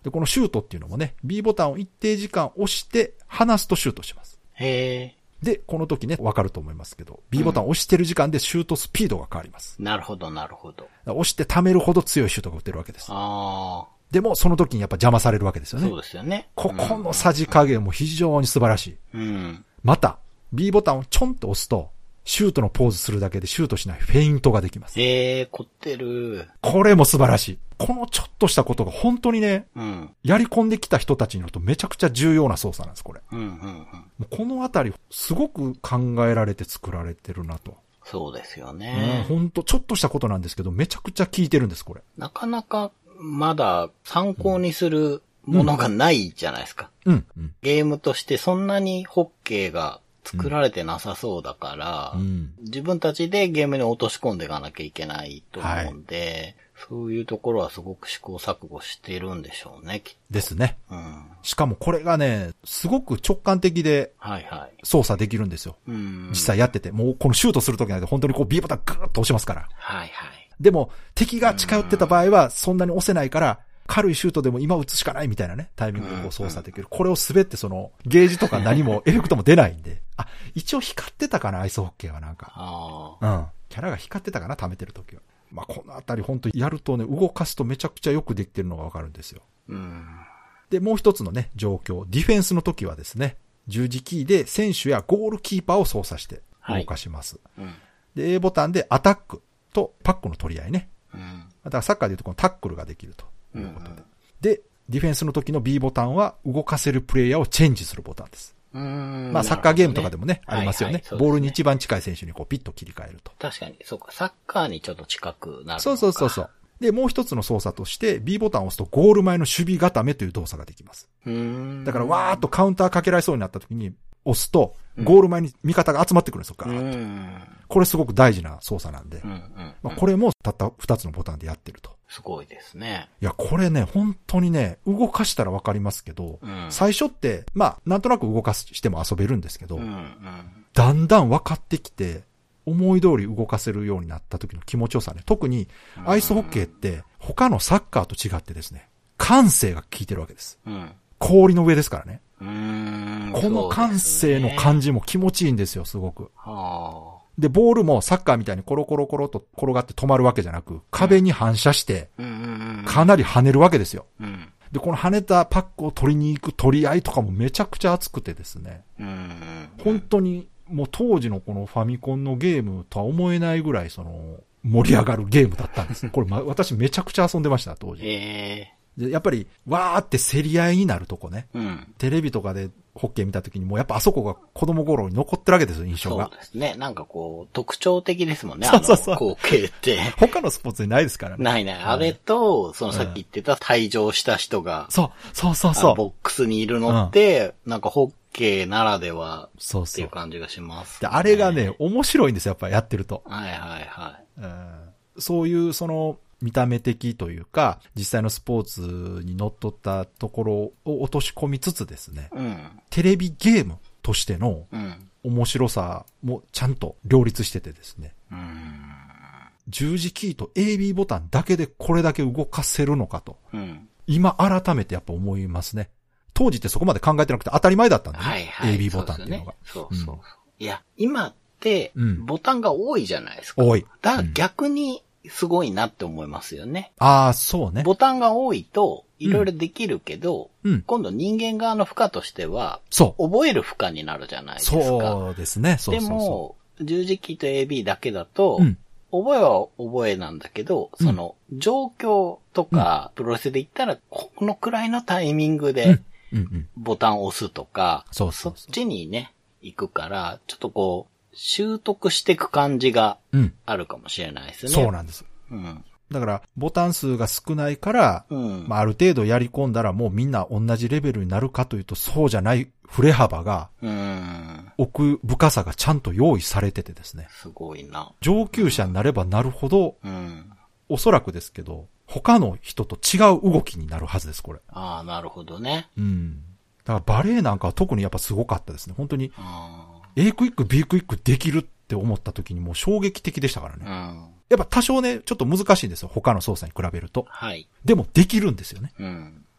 で、このシュートっていうのもね、B ボタンを一定時間押して離すとシュートします。 へー。 で、この時ね、わかると思いますけど、B ボタンを押してる時間でシュートスピードが変わります。 なるほど、なるほど。 押して溜めるほど強いシュートが打てるわけです。 あー。 でも、その時にやっぱ邪魔されるわけですよね。 そうですよね。 ここのさじ加減も非常に素晴らしい。 うん。 また、B ボタンをちょんと押すと、シュートのポーズするだけでシュートしないフェイントができます。 凝ってる。 これも素晴らしい。このちょっとしたことが本当にね、 うん、 やり込んできた人たちによるとめちゃくちゃ重要な操作なんです、これ。 うんうんうん、 もうこのあたり、すごく考えられて作られてるなと。 そうですよね。 本当ちょっとしたことなんですけど、めちゃくちゃ効いてるんです、これ。 なかなか、まだ参考にするものがないじゃないですか。 うんうん、 ゲームとしてそんなにホッケーが作られてなさそうだから、自分たちでゲームに落とし込んでいかなきゃいけないと思うんで、そういうところはすごく試行錯誤してるんでしょうね、きっと。 ですね。 うん、 しかもこれがね、すごく直感的で操作できるんですよ。 はいはい、 実際やってて、もうこのシュートするときなんて本当にこう B ボタングーッと押しますから。 はいはい。 でも敵が近寄ってた場合はそんなに押せないから、軽いシュートでも今打つしかないみたいなね、タイミングでこう操作できる。これを滑ってその、ゲージとか何もエフェクトも出ないんで。あ、一応光ってたかな、アイスホッケーはなんか。キャラが光ってたかな、溜めてるときは。まあ、このあたり本当やるとね、動かすとめちゃくちゃよくできてるのがわかるんですよ。で、もう一つのね、状況。ディフェンスの時はですね、十字キーで選手やゴールキーパーを操作して動かします。で、A ボタンでアタックとパックの取り合いね。だからサッカーでいうとこのタックルができると。ということで。で、ディフェンスの時の B ボタンは動かせるプレイヤーをチェンジするボタンです。まあサッカーゲームとかでもね、ありますよね。ボールに一番近い選手にこうピッと切り替えると。 確かに、そうか、サッカーにちょっと近くなる。 そう。で、もう一つの操作として B ボタンを押すとゴール前の守備固めという動作ができます。だからわーっとカウンターかけられそうになった時に押すと、ゴール前に味方が集まってくるんですよ、ガーッと。これすごく大事な操作なんで、まあ、これもたった2つのボタンでやってると。 すごいですね。 いや、これね、本当にね、動かしたらわかりますけど、最初って、まあ、なんとなく動かしても遊べるんですけど、だんだん分かってきて、思い通り動かせるようになった時の気持ちよさね。特に、アイスホッケーって、他のサッカーと違ってですね、感性が効いてるわけです。氷の上ですからね。この感性の感じも気持ちいいんですよ、すごく。で、ボールもサッカーみたいにコロコロコロと転がって止まるわけじゃなく、壁に反射して、かなり跳ねるわけですよ。で、この跳ねたパックを取りに行く取り合いとかもめちゃくちゃ熱くてですね。本当に、もう当時のこのファミコンのゲームとは思えないぐらい、その、盛り上がるゲームだったんです。これ、私めちゃくちゃ遊んでました、当時。で、やっぱり、わーって競り合いになるとこね。テレビとかでホッケー見たときにもうやっぱあそこが子供頃に残ってるわけですよ、印象が。 そうですね。なんかこう、特徴的ですもんね、 そう。 光景って。 他のスポーツにないですからね。 ない。あれと、そのさっき言ってた退場した人が、 そう。ボックスにいるのって、なんかホッケーならではっていう感じがします、 ね。で、あれがね、面白いんですよ、やっぱやってると。そういうその、見た目的というか、実際のスポーツにのっとったところを落とし込みつつですね、テレビゲームとしての面白さもちゃんと両立しててですね、十字キーと AB ボタンだけでこれだけ動かせるのかと、今改めてやっぱ思いますね。当時ってそこまで考えてなくて当たり前だったんでね、AB ボタンっていうのが。 いや、今って、ボタンが多いじゃないですか。 多い。 だから逆に、すごいなって思いますよね。 ああ、そうね。 ボタンが多いと、いろいろできるけど、今度人間側の負荷としては、覚える負荷になるじゃないですか。 そうですね。 でも、十字キーと AB だけだと、覚えは覚えなんだけど、その、状況とか、プロレスで言ったら、このくらいのタイミングで、ボタンを押すとか、そっちにね、行くから、ちょっとこう、習得していく感じがあるかもしれないですね。 そうなんです。だから、ボタン数が少ないから、まあ、ある程度やり込んだらもうみんな同じレベルになるかというと、そうじゃない振れ幅が、奥深さがちゃんと用意されててですね。 すごいな。 上級者になればなるほど、おそらくですけど、他の人と違う動きになるはずです、これ。 ああ、なるほどね。 だからバレエなんかは特にやっぱすごかったですね。本当に。A クイック、B クイックできるって思った時にもう衝撃的でしたからね。やっぱ多少ね、ちょっと難しいんですよ。他の操作に比べると。でもできるんですよね。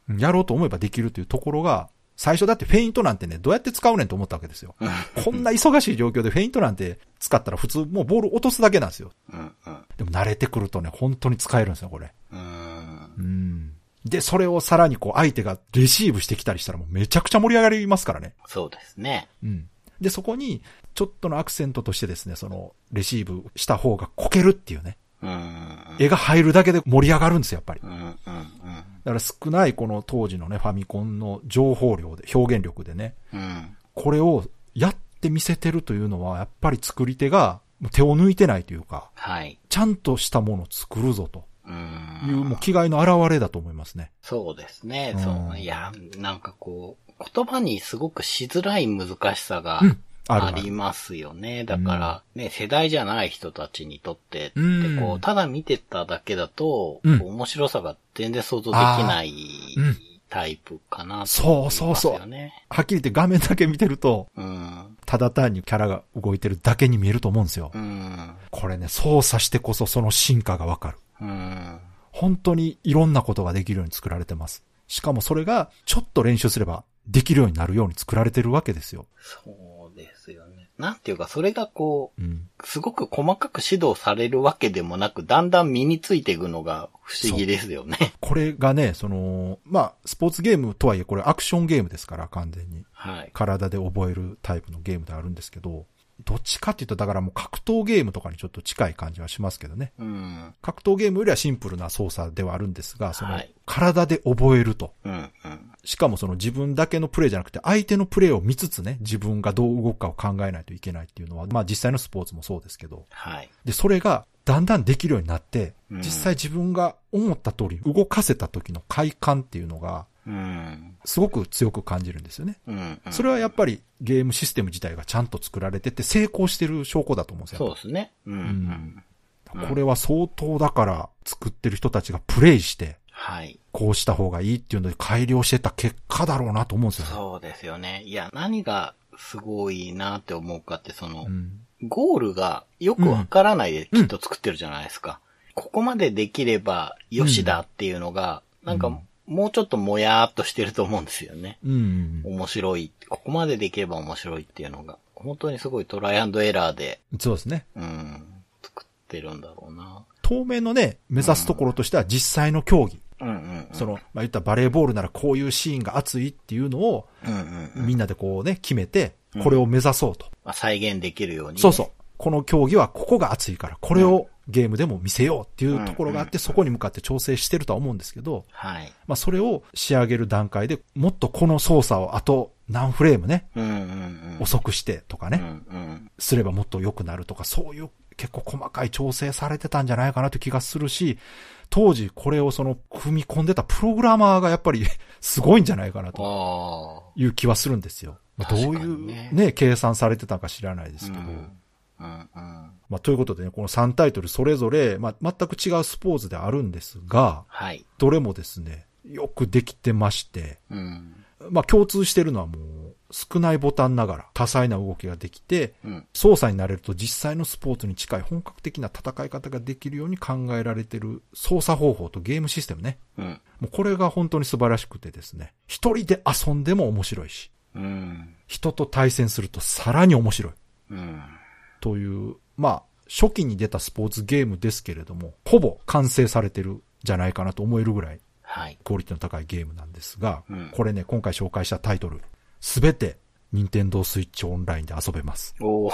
やろうと思えばできるというところが、最初だってフェイントなんてね、どうやって使うねんと思ったわけですよ。こんな忙しい状況でフェイントなんて使ったら普通もうボール落とすだけなんですよ。でも慣れてくるとね、本当に使えるんですよ、これ。で、それをさらにこう相手がレシーブしてきたりしたらもうめちゃくちゃ盛り上がりますからね。 そうですね。 で、そこにちょっとのアクセントとしてですね、そのレシーブした方がこけるっていうね。絵が入るだけで盛り上がるんですよ、やっぱり。だから少ないこの当時のね、ファミコンの情報量で、表現力でね、これをやって見せてるというのは、やっぱり作り手が手を抜いてないというか、ちゃんとしたものを作るぞという、もう気概の表れだと思いますね。 そうですね。いや、なんかこう、言葉にすごくしづらい難しさが、ありますよね。だからね、世代じゃない人たちにとってってこう、ただ見てただけだと、面白さが全然想像できないタイプかなと思いますよね。そう。はっきり言って画面だけ見てると、ただ単にキャラが動いてるだけに見えると思うんですよ。これね、操作してこそその進化がわかる。本当にいろんなことができるように作られてます。しかもそれがちょっと練習すればできるようになるように作られてるわけですよ。 そうですよね。なんていうか、それがこう、すごく細かく指導されるわけでもなく、だんだん身についていくのが不思議ですよね。 これがね、スポーツゲームとはいえ、これアクションゲームですから、完全に。体で覚えるタイプのゲームであるんですけど、どっちかっていうと、だからもう格闘ゲームとかにちょっと近い感じはしますけどね。格闘ゲームよりはシンプルな操作ではあるんですが、体で覚えると。しかもその自分だけのプレイじゃなくて、相手のプレイを見つつね、自分がどう動くかを考えないといけないっていうのは、実際のスポーツもそうですけど。で、それがだんだんできるようになって、実際自分が思った通り動かせた時の快感っていうのが、すごく強く感じるんですよね。それはやっぱりゲームシステム自体がちゃんと作られてて成功してる証拠だと思うんですよ。 そうですね。 これは相当だから作ってる人たちがプレイして、こうした方がいいっていうので改良してた結果だろうなと思うんですよね。 そうですよね。いや、何がすごいなって思うかって、ゴールがよくわからないできっと作ってるじゃないですか。ここまでできればよしだっていうのが、なんか、もうちょっともやーっとしてると思うんですよね。面白い。ここまでできれば面白いっていうのが、本当にすごいトライアンドエラーで。 そうですね。 作ってるんだろうな。 当面のね、目指すところとしては実際の競技。言ったバレーボールならこういうシーンが熱いっていうのを、みんなでこうね、決めて、これを目指そうと。 再現できるように、ね。 そうそう。この競技はここが熱いから、これをゲームでも見せようっていうところがあって、そこに向かって調整してるとは思うんですけど、それを仕上げる段階でもっとこの操作をあと何フレームね、遅くしてとかね、すればもっと良くなるとか、そういう結構細かい調整されてたんじゃないかなという気がするし、当時これを組み込んでたプログラマーがやっぱりすごいんじゃないかなという気はするんですよ。どういうね、計算されてたか知らないですけど。ということでね、この3タイトルそれぞれ、全く違うスポーツであるんですが、どれもですね、よくできてまして、共通してるのはもう少ないボタンながら多彩な動きができて、操作になれると実際のスポーツに近い本格的な戦い方ができるように考えられてる操作方法とゲームシステムね。もうこれが本当に素晴らしくてですね、一人で遊んでも面白いし、人と対戦するとさらに面白い。という、初期に出たスポーツゲームですけれども、ほぼ完成されてるんじゃないかなと思えるぐらい、クオリティの高いゲームなんですが、これね、今回紹介したタイトル、すべて、任天堂スイッチオンラインで遊べます。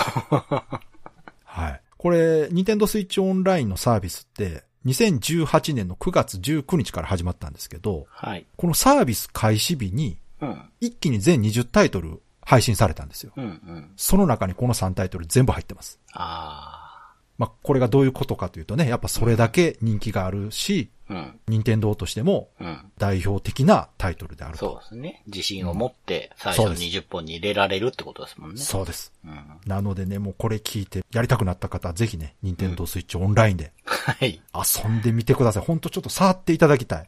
はい。これ、任天堂スイッチオンラインのサービスって、2018年の9月19日から始まったんですけど、このサービス開始日に、一気に全20タイトル配信されたんですよ。その中にこの3タイトル全部入ってます。これがどういうことかというとね、やっぱそれだけ人気があるし、任天堂としても代表的なタイトルであると。 そうですね。自信を持って最初の20本に入れられるってことですもんね。 そうです。なのでね、もうこれ聞いてやりたくなった方はぜひね、任天堂スイッチオンラインで遊んでみてください。ほんとちょっと触っていただきたい。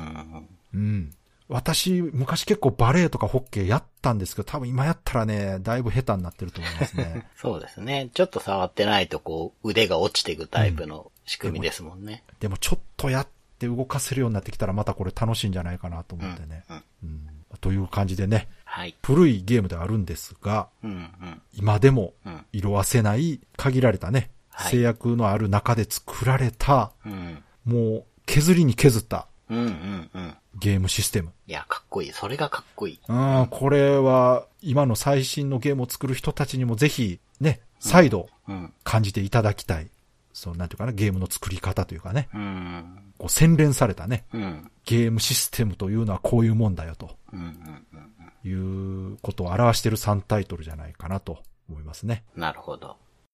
私、昔結構バレーとかホッケーやったんですけど、多分今やったらね、だいぶ下手になってると思いますね。 そうですね。ちょっと触ってないと腕が落ちていくタイプの仕組みですもんね。 でもちょっとやっって動かせるようになってきたらまたこれ楽しいんじゃないかなと思ってね。という感じでね、はい、古いゲームではあるんですが、今でも色あせない限られたね、制約のある中で作られた、もう削りに削った、ゲームシステム。 いや、かっこいい。それがかっこいい。 これは今の最新のゲームを作る人たちにもぜひね、再度感じていただきたい。そう、なんていうかな、ゲームの作り方というかね。こう洗練されたね、ゲームシステムというのはこういうもんだよと。いうことを表している3タイトルじゃないかなと思いますね。 なるほど。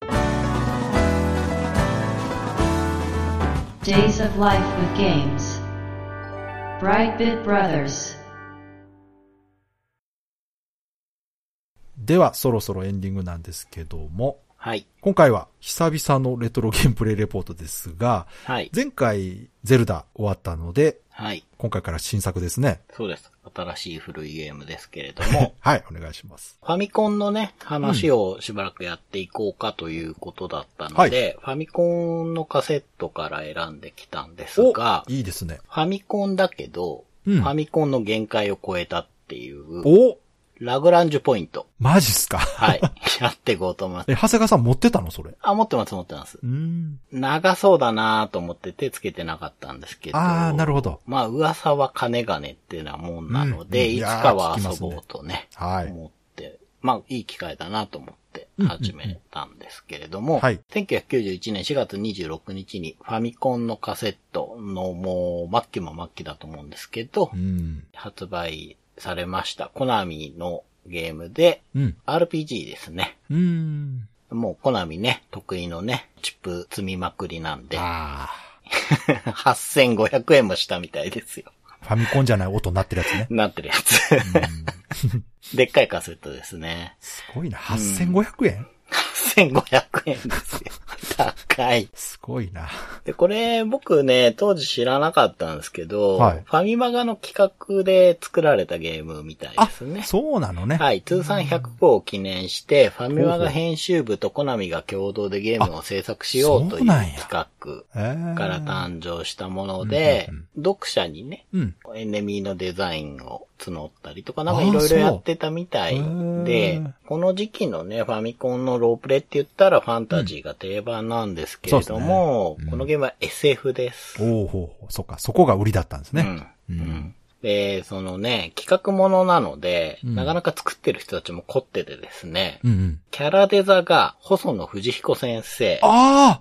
Days of Life with Games Brightbit Brothers ではそろそろエンディングなんですけども、 はい。 今回は久々のレトロゲームプレイレポートですが、 はい。 前回ゼルダ終わったので、 はい。 今回から新作ですね。 そうです。新しい古いゲームですけれども。 はい、お願いします。 ファミコンのね、話をしばらくやっていこうかということだったので、ファミコンのカセットから選んできたんですが、 いいですね。 ファミコンだけど、ファミコンの限界を超えたっていう、ラグランジュポイント。 マジっすか？ はい。やっていこうと思います。 長谷川さん持ってたのそれ？ 持ってます。長そうだなと思って手つけてなかったんですけど。 なるほど。 まあ、噂は金がねっていうのはもんなので、いつかは遊ぼうとね、思って、まあ、いい機会だなと思って始めたんですけれども、1991年4月26日にファミコンのカセットのもう末期も末期だと思うんですけど、発売されました。コナミのゲームで、RPG ですね。もうコナミね、得意のね、チップ積みまくりなんで、8500円もしたみたいですよ。 ファミコンじゃない音鳴ってるやつね。 鳴ってるやつ。でっかいカセットですね。 すごいな、8500円 ?8500 円ですよ。高い。 すごいな。 で、これ僕ね、当時知らなかったんですけど、ファミマガの企画で作られたゲームみたいですね。 そうなのね。 はい。通算100号を記念して、ファミマガ編集部とコナミが共同でゲームを制作しようという企画から誕生したもので、読者にね、エネミーのデザインを募ったりとか、なんかいろいろやってたみたいで、この時期のね、ファミコンのロープレって言ったらファンタジーが定番なんですけれども、このゲームは SF です。 そっか、そこが売りだったんですね。 で、そのね、企画ものなので、なかなか作ってる人たちも凝っててですね、キャラデザが細野藤彦先生。 はい。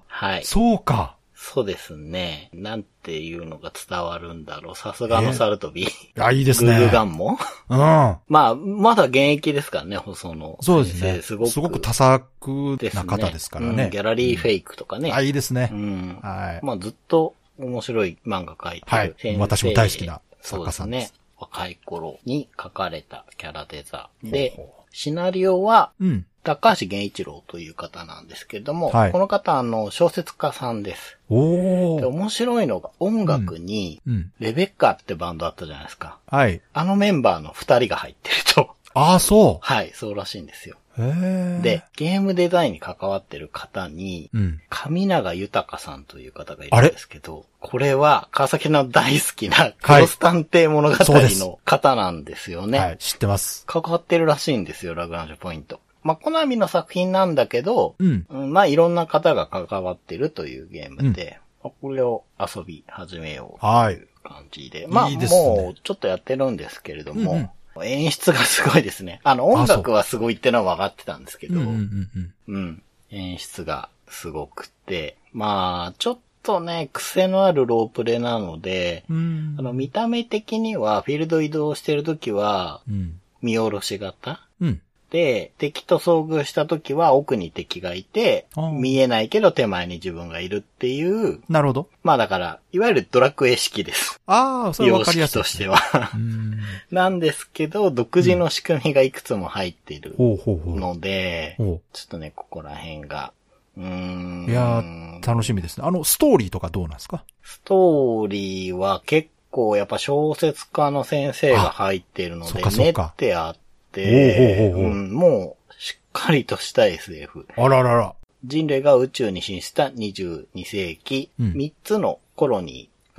そうか。そうですね。なんていうのが伝わるんだろう。さすがのサルトビ。 いいですね。 グーガンもまあ、まだ現役ですからね、細野先生。 そうですね。すごく多作な方ですからね。 ギャラリーフェイクとかね。 いいですね。 まあ、ずっと面白い漫画描いてる先生。 私も大好きな作家さんです。 そうですね。若い頃に描かれたキャラデザで、シナリオは、高橋源一郎という方なんですけれども、この方小説家さんです。で、面白いのが音楽に、レベッカってバンドあったじゃないですか。あのメンバーの2人が入ってると。 そう。 はい、そうらしいんですよ。で、ゲームデザインに関わってる方に、上永豊さんという方がいるんですけど、これは川崎の大好きなクロス探偵物語の方なんですよね。 知ってます。 関わってるらしいんですよ、ラグランジュポイント。まあ、コナミの作品なんだけど、まあ、いろんな方が関わってるというゲームで、これを遊び始めようという感じで。まあ、もうちょっとやってるんですけれども、演出がすごいですね。音楽はすごいってのは分かってたんですけど、演出がすごくて、まあ、ちょっとね、癖のあるロープレなので、見た目的にはフィールド移動してるときは、見下ろし型、で、敵と遭遇したときは奥に敵がいて、見えないけど手前に自分がいるっていう。 なるほど。 まあだから、いわゆるドラクエ式です。 それ分かりやすい、 様式としては。なんですけど、独自の仕組みがいくつも入っているので、ちょっとね、ここら辺が。 いや楽しみですね。ストーリーとかどうなんですか？ ストーリーは結構やっぱ小説家の先生が入っているので、練ってあって、もう、しっかりとした SF。人類が宇宙に進出した22世紀、3つのコロニーがあっ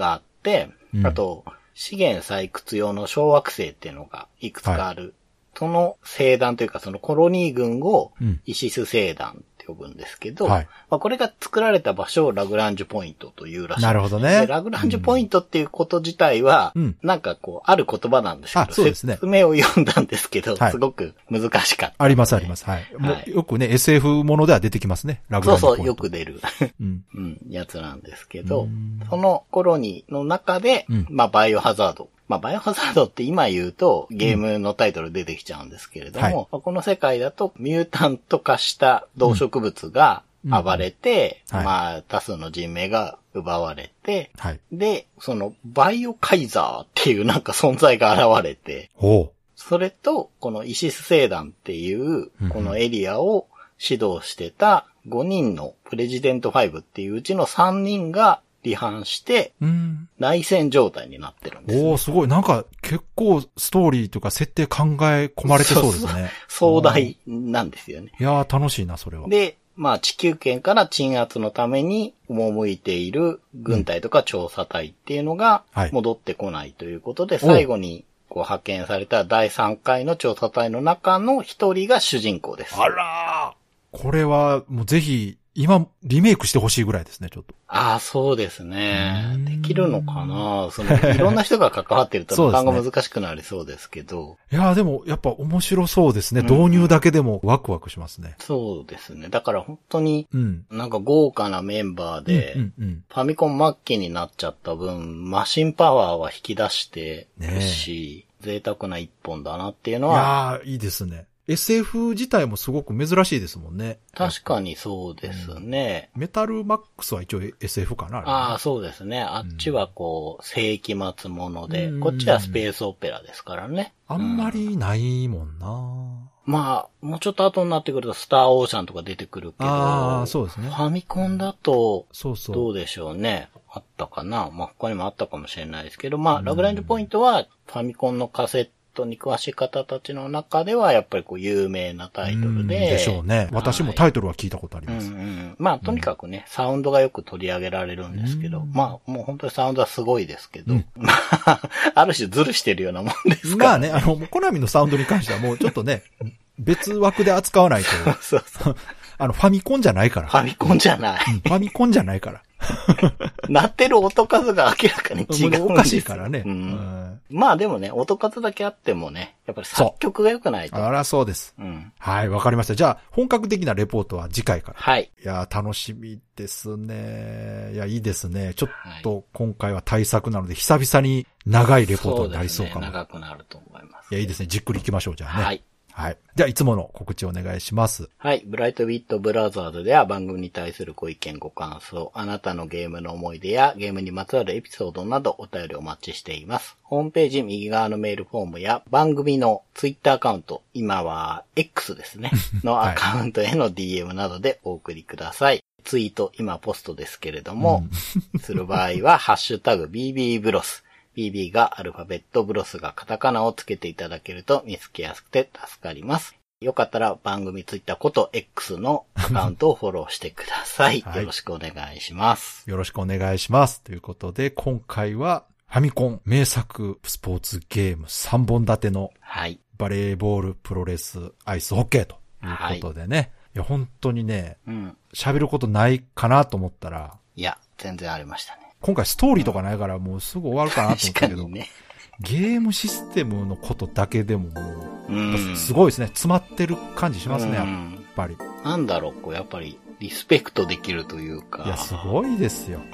て、あと、資源採掘用の小惑星っていうのがいくつかある。その星団というかそのコロニー群をイシス星団って呼ぶんですけど、これが作られた場所をラグランジュポイントというらしいです。 なるほどね。 でラグランジュポイントっていうこと自体は、なんかこう、ある言葉なんですけど、 そうですね、 説明を読んだんですけど、すごく難しかった、ね。 ありますあります。はい。もうよくね、SF ものでは出てきますね。ラグランジュポイント。 そうそう、よく出る、やつなんですけど、そのコロニーの中で、バイオハザード。バイオハザードって今言うとゲームのタイトル出てきちゃうんですけれども、この世界だとミュータント化した動植物が暴れて、多数の人命が奪われて、で、そのバイオカイザーっていうなんか存在が現れて、それとこのイシス星団っていうこのエリアを指導してた5人のプレジデント5っていううちの3人が離反して、内戦状態になってるんです、ね。 すごい。なんか結構ストーリーとか設定考え込まれてそうですね。 壮大なんですよね。 いやー楽しいな、それは。 で、地球圏から鎮圧のために赴いている軍隊とか調査隊っていうのが戻ってこないということで、最後にこう派遣された第3回の調査隊の中の一人が主人公です。 あらー。これはもうぜひ、今、リメイクしてほしいぐらいですね、ちょっと。 そうですね。できるのかないろんな人が関わってるとなかなか難しくなりそうですけど。 いやでも、やっぱ面白そうですね。導入だけでもワクワクしますね。 そうですね。だから本当に、なんか豪華なメンバーで、ファミコン末期になっちゃった分、マシンパワーは引き出してるし、贅沢な一本だなっていうのは。 いいですね。SF 自体もすごく珍しいですもんね。 確かにそうですね。 メタルマックスは一応 SF かな、 そうですね。あっちはこう、世紀末もので、こっちはスペースオペラですからね。 あんまりないもんな。 もうちょっと後になってくるとスターオーシャンとか出てくるけど、 そうですね。 ファミコンだと、どうでしょうね。あったかな。他にもあったかもしれないですけど、ラグランジュポイントはファミコンのカセットに詳しい方たちの中ではやっぱりこう有名なタイトルで。 でしょうね。私もタイトルは聞いたことあります。 とにかくね、サウンドがよく取り上げられるんですけど、もう本当にサウンドはすごいですけど、ある種ズルしてるようなもんですからね。 コナミのサウンドに関してはもうちょっとね、別枠で扱わないと。ファミコンじゃないから。 ファミコンじゃない。 ファミコンじゃないから。 鳴ってる音数が明らかに違うんですよ。 おかしいからね。 でもね、音数だけあってもね、やっぱり作曲が良くないと。 そうです。はい、わかりました。じゃあ、本格的なレポートは次回から。はい。いや、楽しみですね。いや、いいですね。ちょっと今回は対策なので、久々に長いレポートになりそうかも。 長くなると思います。 いや、いいですね。じっくり行きましょう、じゃあね。はい。はい。じゃあ、いつもの告知をお願いします。 はい。ブライトビットブラザーズでは番組に対するご意見ご感想、あなたのゲームの思い出やゲームにまつわるエピソードなどお便りお待ちしています。ホームページ右側のメールフォームや番組のツイッターアカウント、今は X ですね、のアカウントへの DM などでお送りください。ツイート、今ポストですけれども、する場合はハッシュタグ BB ブロス。BB がアルファベット、ブロスがカタカナをつけていただけると見つけやすくて助かります。よかったら番組ツイッターこと X のアカウントをフォローしてください。よろしくお願いします。 よろしくお願いします。ということで、今回はファミコン名作スポーツゲーム3本立てのバレーボール、プロレス、アイスホッケーということでね。いや、本当にね、喋ることないかなと思ったら。 いや、全然ありましたね。 今回ストーリーとかないからもうすぐ終わるかなと思ったけど、ゲームシステムのことだけでももう、すごいですね。詰まってる感じしますね、やっぱり。 なんだろう、やっぱりリスペクトできるというか。 いや、すごいですよ。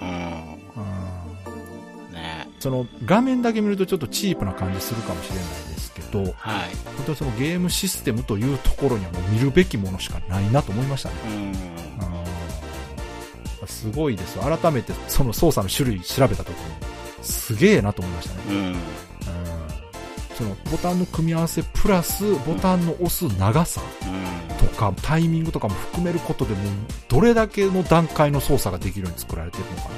その画面だけ見るとちょっとチープな感じするかもしれないですけど、本当にそのゲームシステムというところにはもう見るべきものしかないなと思いましたね。すごいです。改めてその操作の種類調べたときにすげえなと思いましたね。そのボタンの組み合わせプラスボタンの押す長さとかタイミングとかも含めることでもどれだけの段階の操作ができるように作られているのかなと。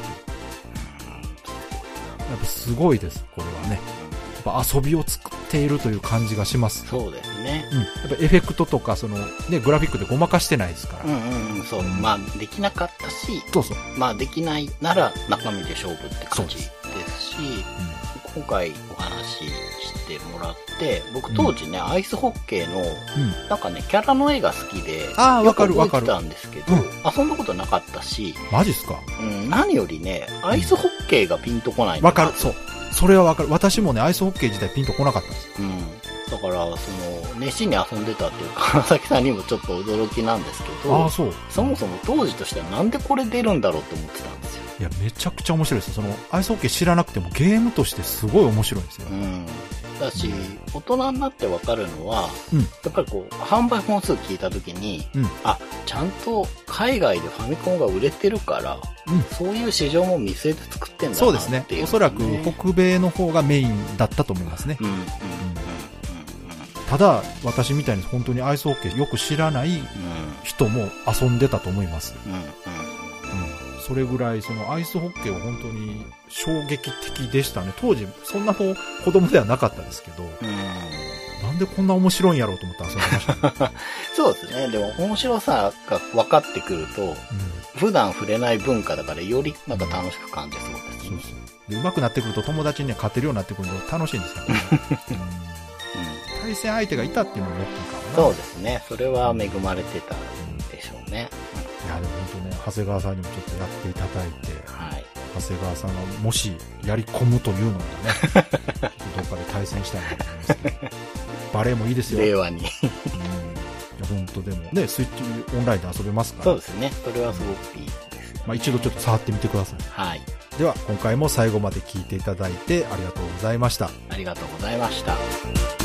やっぱすごいです。これはね。やっぱ遊びを作っているという感じがします。 そうですね。 やっぱエフェクトとかそのねグラフィックでごまかしてないですから。 そう。できなかったし、 そう。 できないなら中身で勝負って感じですし。 今回お話ししてもらって、僕当時ね、アイスホッケーの、なんかね、キャラの絵が好きで、 わかる覚えてたんですけど、遊んだことなかったし、 マジっすか？ 何よりね、アイスホッケーがピンとこない。 わかる、そう。それはわかる。私もね、アイスホッケー自体ピンとこなかったんです。 だから、熱心に遊んでたっていう川崎さんにもちょっと驚きなんですけど、そもそも当時としてはなんでこれ出るんだろうって思ってたんですよ。 いや、めちゃくちゃ面白いですよ。アイスホッケー知らなくてもゲームとしてすごい面白いですよ。 だし、大人になってわかるのは、やっぱりこう、販売本数聞いたときに、ちゃんと海外でファミコンが売れてるから、そういう市場も見据えて作ってんだなっていう、ね。そうですね。 おそらく北米の方がメインだったと思いますね。ただ、私みたいに本当にアイスホッケーよく知らない人も遊んでたと思います。それぐらいアイスホッケーは本当に衝撃的でしたね。当時そんなもう子供ではなかったですけど、なんでこんな面白いんやろうと思って遊んでました、ね。 そうですね。でも面白さが分かってくると、普段触れない文化だからよりなんか楽しく感じそうですね。 で、上手くなってくると友達に勝てるようになってくるの楽しいんですよね。対戦相手がいたっていうのも大きいからな。 そうですね。それは恵まれてたでしょうね。 いや、でも本当ね、長谷川さんにもちょっとやっていただいて、長谷川さんがもしやり込むというのがね、どっかで対戦したいなと思いますけど、バレーもいいですよ。 令和に。 本当でもね、スイッチオンラインで遊べますから。 そうですね。それはすごくいいです。 一度ちょっと触ってみてください。では、今回も最後まで聞いていただいてありがとうございました。 ありがとうございました。